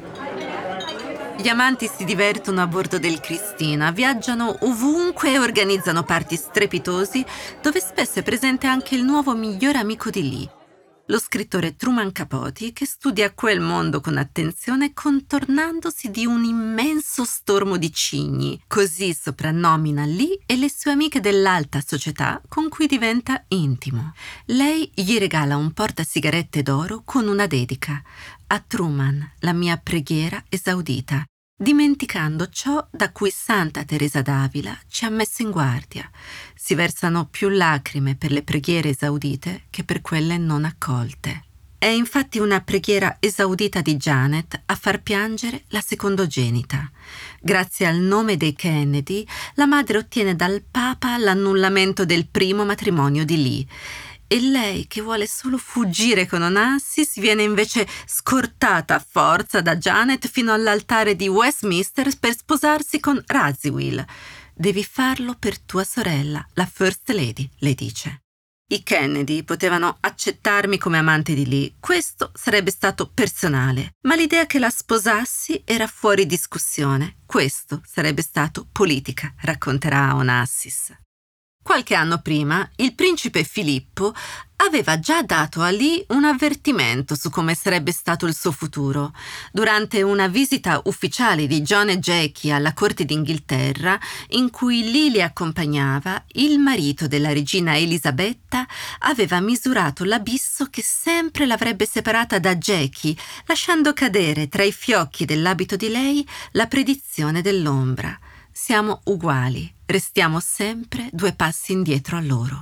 Gli amanti si divertono a bordo del Cristina, viaggiano ovunque e organizzano party strepitosi dove spesso è presente anche il nuovo migliore amico di Lee, lo scrittore Truman Capote, che studia quel mondo con attenzione contornandosi di un immenso stormo di cigni. Così soprannomina Lee e le sue amiche dell'alta società con cui diventa intimo. Lei gli regala un portasigarette d'oro con una dedica: a Truman, la mia preghiera esaudita, dimenticando ciò da cui Santa Teresa d'Avila ci ha messo in guardia. Si versano più lacrime per le preghiere esaudite che per quelle non accolte. È infatti una preghiera esaudita di Janet a far piangere la secondogenita. Grazie al nome dei Kennedy, la madre ottiene dal Papa l'annullamento del primo matrimonio di Lee. E lei, che vuole solo fuggire con Onassis, viene invece scortata a forza da Janet fino all'altare di Westminster per sposarsi con Radziwill. Devi farlo per tua sorella, la First Lady, le dice. I Kennedy potevano accettarmi come amante di Lee, questo sarebbe stato personale, ma l'idea che la sposassi era fuori discussione, questo sarebbe stato politica, racconterà Onassis. Qualche anno prima, il principe Filippo aveva già dato a Lee un avvertimento su come sarebbe stato il suo futuro. Durante una visita ufficiale di John e Jackie alla corte d'Inghilterra, in cui Lee li accompagnava, il marito della regina Elisabetta aveva misurato l'abisso che sempre l'avrebbe separata da Jackie, lasciando cadere tra i fiocchi dell'abito di lei la predizione dell'ombra. Siamo uguali, restiamo sempre 2 passi indietro a loro.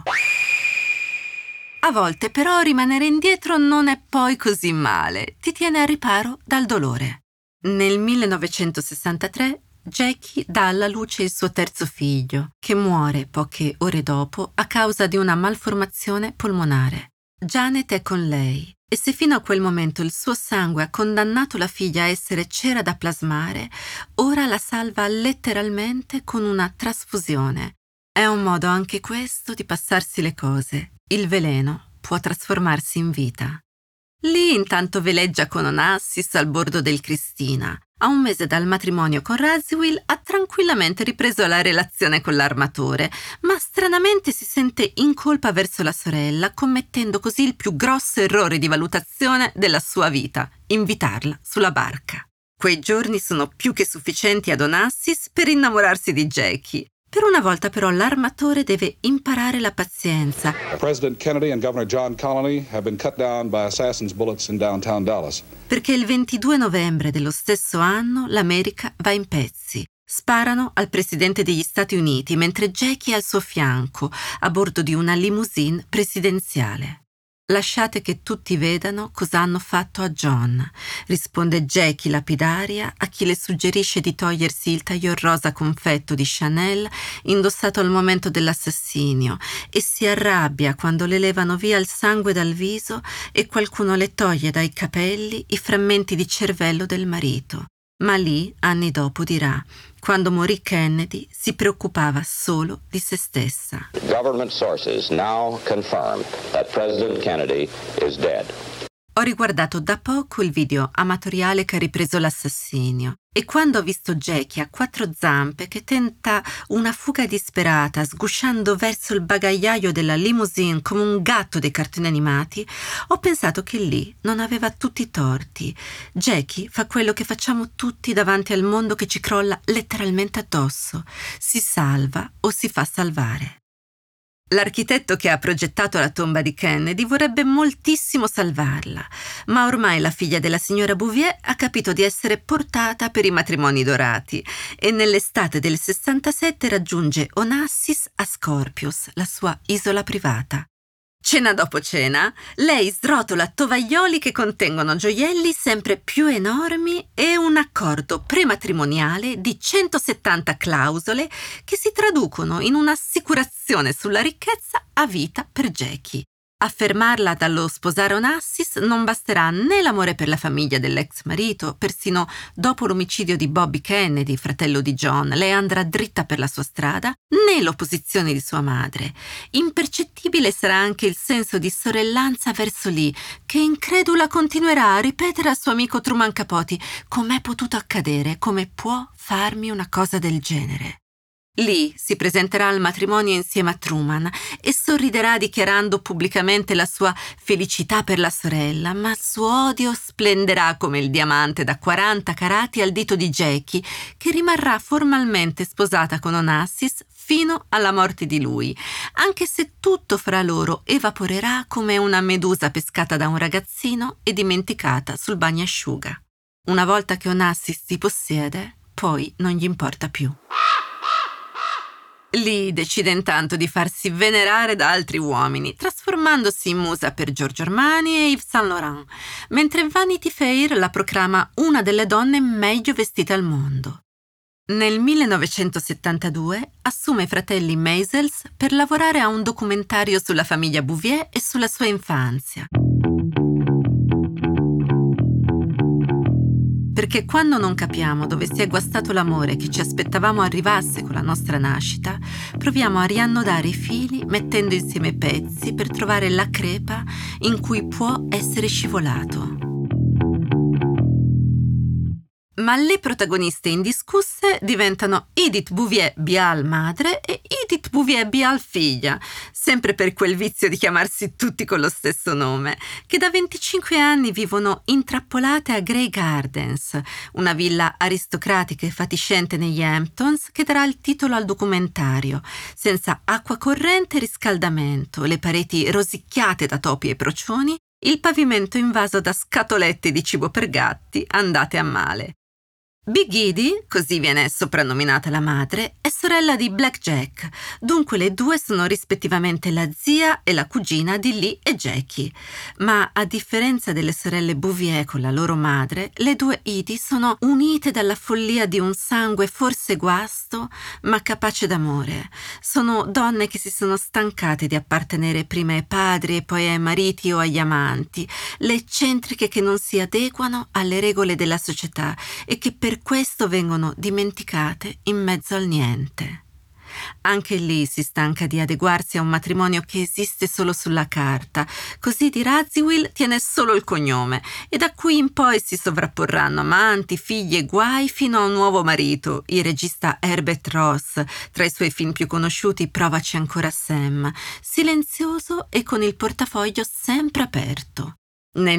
A volte però rimanere indietro non è poi così male, ti tiene a riparo dal dolore. Nel 1963 Jackie dà alla luce il suo terzo figlio, che muore poche ore dopo a causa di una malformazione polmonare. Janet è con lei e se fino a quel momento il suo sangue ha condannato la figlia a essere cera da plasmare, ora la salva letteralmente con una trasfusione. È un modo anche questo di passarsi le cose. Il veleno può trasformarsi in vita. Lee intanto veleggia con Onassis al bordo del Cristina. A 1 mese dal matrimonio con Radziwill ha tranquillamente ripreso la relazione con l'armatore, ma stranamente si sente in colpa verso la sorella, commettendo così il più grosso errore di valutazione della sua vita: invitarla sulla barca. Quei giorni sono più che sufficienti ad Onassis per innamorarsi di Jackie. Per una volta però l'armatore deve imparare la pazienza. President Kennedy and Governor John Connally have been cut down by assassin's bullets in downtown Dallas. Perché il 22 novembre dello stesso anno l'America va in pezzi. Sparano al presidente degli Stati Uniti mentre Jackie è al suo fianco, a bordo di una limousine presidenziale. Lasciate che tutti vedano cosa hanno fatto a John, risponde Jackie lapidaria a chi le suggerisce di togliersi il tailleur rosa confetto di Chanel indossato al momento dell'assassinio e si arrabbia quando le levano via il sangue dal viso e qualcuno le toglie dai capelli i frammenti di cervello del marito. Ma lì, anni dopo, dirà: quando morì Kennedy si preoccupava solo di se stessa. Government sources now confirm that President Kennedy is dead. Ho riguardato da poco il video amatoriale che ha ripreso l'assassinio e quando ho visto Jackie a quattro zampe che tenta una fuga disperata sgusciando verso il bagagliaio della limousine come un gatto dei cartoni animati, ho pensato che lì non aveva tutti i torti. Jackie fa quello che facciamo tutti davanti al mondo che ci crolla letteralmente addosso. Si salva o si fa salvare. L'architetto che ha progettato la tomba di Kennedy vorrebbe moltissimo salvarla, ma ormai la figlia della signora Bouvier ha capito di essere portata per i matrimoni dorati e nell'estate del 67 raggiunge Onassis a Scorpius, la sua isola privata. Cena dopo cena, lei srotola tovaglioli che contengono gioielli sempre più enormi e un accordo prematrimoniale di 170 clausole che si traducono in un'assicurazione sulla ricchezza a vita per Jackie. A fermarla dallo sposare Onassis non basterà né l'amore per la famiglia dell'ex marito, persino dopo l'omicidio di Bobby Kennedy, fratello di John, lei andrà dritta per la sua strada, né l'opposizione di sua madre. Impercettibile sarà anche il senso di sorellanza verso Lee, che incredula continuerà a ripetere al suo amico Truman Capote: com'è potuto accadere, come può farmi una cosa del genere? Lee si presenterà al matrimonio insieme a Truman e sorriderà dichiarando pubblicamente la sua felicità per la sorella, ma il suo odio splenderà come il diamante da 40 carati al dito di Jackie, che rimarrà formalmente sposata con Onassis fino alla morte di lui, anche se tutto fra loro evaporerà come una medusa pescata da un ragazzino e dimenticata sul bagnasciuga. Una volta che Onassis si possiede, poi non gli importa più. Lee decide intanto di farsi venerare da altri uomini, trasformandosi in musa per Giorgio Armani e Yves Saint Laurent, mentre Vanity Fair la proclama una delle donne meglio vestite al mondo. Nel 1972 assume i fratelli Maisels per lavorare a un documentario sulla famiglia Bouvier e sulla sua infanzia. Perché quando non capiamo dove si è guastato l'amore che ci aspettavamo arrivasse con la nostra nascita, proviamo a riannodare i fili mettendo insieme i pezzi per trovare la crepa in cui può essere scivolato. Ma le protagoniste indiscusse diventano Edith Bouvier Bial madre e Edith Bouvier Bial figlia, sempre per quel vizio di chiamarsi tutti con lo stesso nome, che da 25 anni vivono intrappolate a Grey Gardens, una villa aristocratica e fatiscente negli Hamptons che darà il titolo al documentario, senza acqua corrente e riscaldamento, le pareti rosicchiate da topi e procioni, il pavimento invaso da scatolette di cibo per gatti andate a male. Big Edie, così viene soprannominata la madre, è sorella di Black Jack, dunque le due sono rispettivamente la zia e la cugina di Lee e Jackie. Ma a differenza delle sorelle Bouvier con la loro madre, le due Edie sono unite dalla follia di un sangue forse guasto, ma capace d'amore. Sono donne che si sono stancate di appartenere prima ai padri e poi ai mariti o agli amanti, le eccentriche che non si adeguano alle regole della società e che per questo vengono dimenticate in mezzo al niente. Anche lì si stanca di adeguarsi a un matrimonio che esiste solo sulla carta, così di Radziwill tiene solo il cognome e da qui in poi si sovrapporranno amanti, figli e guai fino a un nuovo marito, il regista Herbert Ross, tra i suoi film più conosciuti Provaci ancora Sam, silenzioso e con il portafoglio sempre aperto. Nel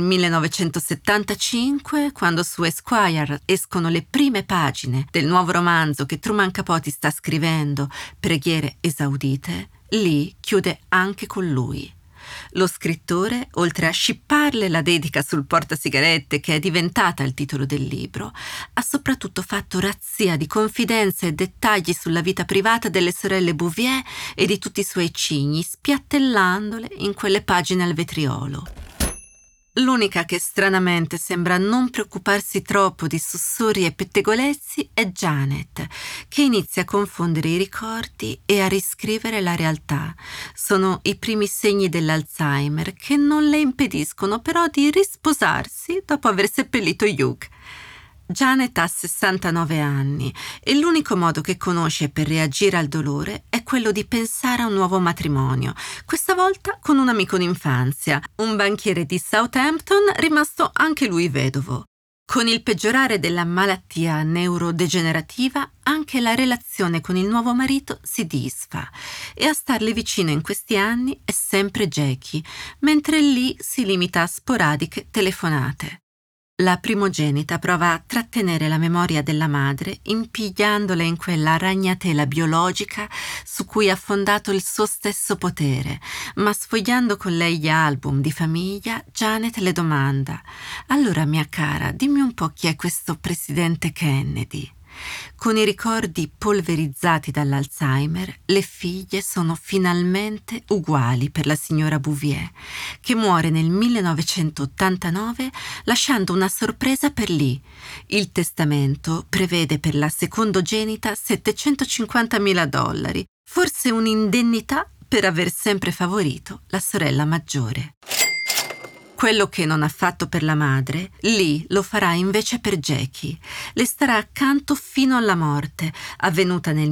1975, quando su Esquire escono le prime pagine del nuovo romanzo che Truman Capote sta scrivendo, Preghiere esaudite, Lee chiude anche con lui. Lo scrittore, oltre a scipparle la dedica sul portasigarette che è diventata il titolo del libro, ha soprattutto fatto razzia di confidenze e dettagli sulla vita privata delle sorelle Bouvier e di tutti i suoi cigni, spiattellandole in quelle pagine al vetriolo. L'unica che stranamente sembra non preoccuparsi troppo di sussurri e pettegolezzi è Janet, che inizia a confondere i ricordi e a riscrivere la realtà. Sono i primi segni dell'Alzheimer che non le impediscono però di risposarsi dopo aver seppellito Hugh. Janet ha 69 anni e l'unico modo che conosce per reagire al dolore è quello di pensare a un nuovo matrimonio, questa volta con un amico d'infanzia, un banchiere di Southampton rimasto anche lui vedovo. Con il peggiorare della malattia neurodegenerativa, anche la relazione con il nuovo marito si disfa e a starle vicino in questi anni è sempre Jackie, mentre Lee si limita a sporadiche telefonate. La primogenita prova a trattenere la memoria della madre impigliandola in quella ragnatela biologica su cui ha fondato il suo stesso potere, ma sfogliando con lei gli album di famiglia, Janet le domanda: «Allora, mia cara, dimmi un po' chi è questo presidente Kennedy?» Con i ricordi polverizzati dall'Alzheimer, le figlie sono finalmente uguali per la signora Bouvier, che muore nel 1989 lasciando una sorpresa per Lee. Il testamento prevede per la secondogenita $750.000, forse un'indennità per aver sempre favorito la sorella maggiore. Quello che non ha fatto per la madre, Lee lo farà invece per Jackie. Le starà accanto fino alla morte, avvenuta nel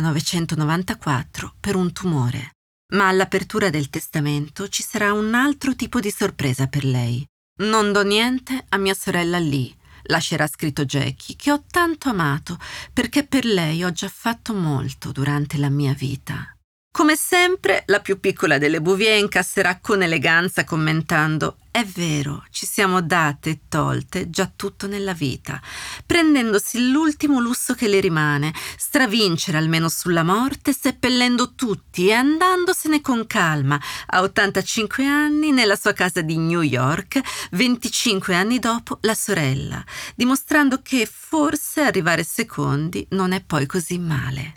1994 per un tumore. Ma all'apertura del testamento ci sarà un altro tipo di sorpresa per lei. «Non do niente a mia sorella Lee», lascerà scritto Jackie, «che ho tanto amato, perché per lei ho già fatto molto durante la mia vita». Come sempre, la più piccola delle Bouvier incasserà con eleganza commentando: «È vero, ci siamo date e tolte già tutto nella vita», prendendosi l'ultimo lusso che le rimane, stravincere almeno sulla morte, seppellendo tutti e andandosene con calma a 85 anni nella sua casa di New York, 25 anni dopo la sorella, dimostrando che forse arrivare secondi non è poi così male.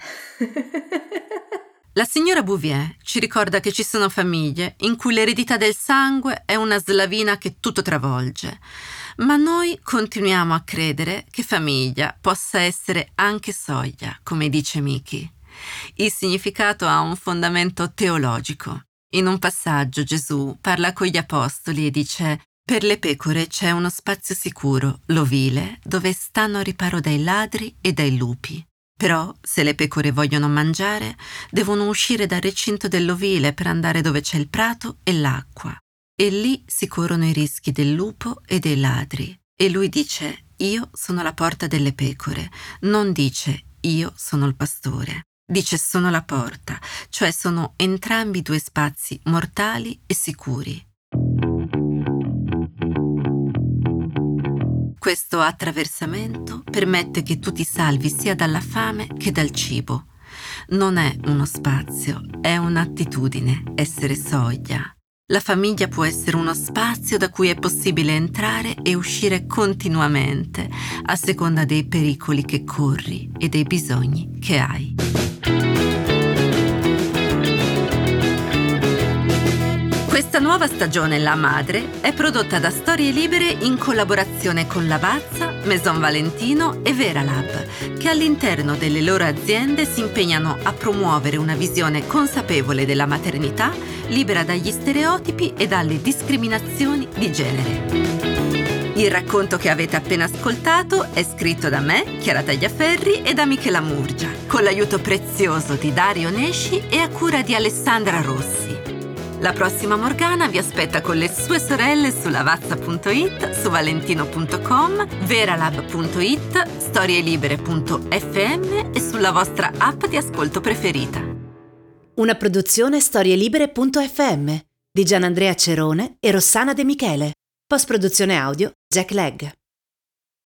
La signora Bouvier ci ricorda che ci sono famiglie in cui l'eredità del sangue è una slavina che tutto travolge, ma noi continuiamo a credere che famiglia possa essere anche soglia, come dice Mickey. Il significato ha un fondamento teologico. In un passaggio Gesù parla con gli apostoli e dice: «Per le pecore c'è uno spazio sicuro, l'ovile, dove stanno a riparo dai ladri e dai lupi. Però, se le pecore vogliono mangiare, devono uscire dal recinto dell'ovile per andare dove c'è il prato e l'acqua. E lì si corrono i rischi del lupo e dei ladri». E lui dice: «Io sono la porta delle pecore». Non dice: «Io sono il pastore». Dice: «Sono la porta», cioè sono entrambi due spazi mortali e sicuri. Questo attraversamento permette che tu ti salvi sia dalla fame che dal cibo. Non è uno spazio, è un'attitudine, essere soglia. La famiglia può essere uno spazio da cui è possibile entrare e uscire continuamente, a seconda dei pericoli che corri e dei bisogni che hai. Questa nuova stagione La Madre è prodotta da Storie Libere in collaborazione con Lavazza, Maison Valentino e Veralab, che all'interno delle loro aziende si impegnano a promuovere una visione consapevole della maternità, libera dagli stereotipi e dalle discriminazioni di genere. Il racconto che avete appena ascoltato è scritto da me, Chiara Tagliaferri, e da Michela Murgia, con l'aiuto prezioso di Dario Nesci e a cura di Alessandra Rossi. La prossima Morgana vi aspetta con le sue sorelle su lavazza.it, su valentino.com, veralab.it, storielibere.fm e sulla vostra app di ascolto preferita. Una produzione storielibere.fm di Gianandrea Cerone e Rossana De Michele. Post-produzione audio Jack Legg.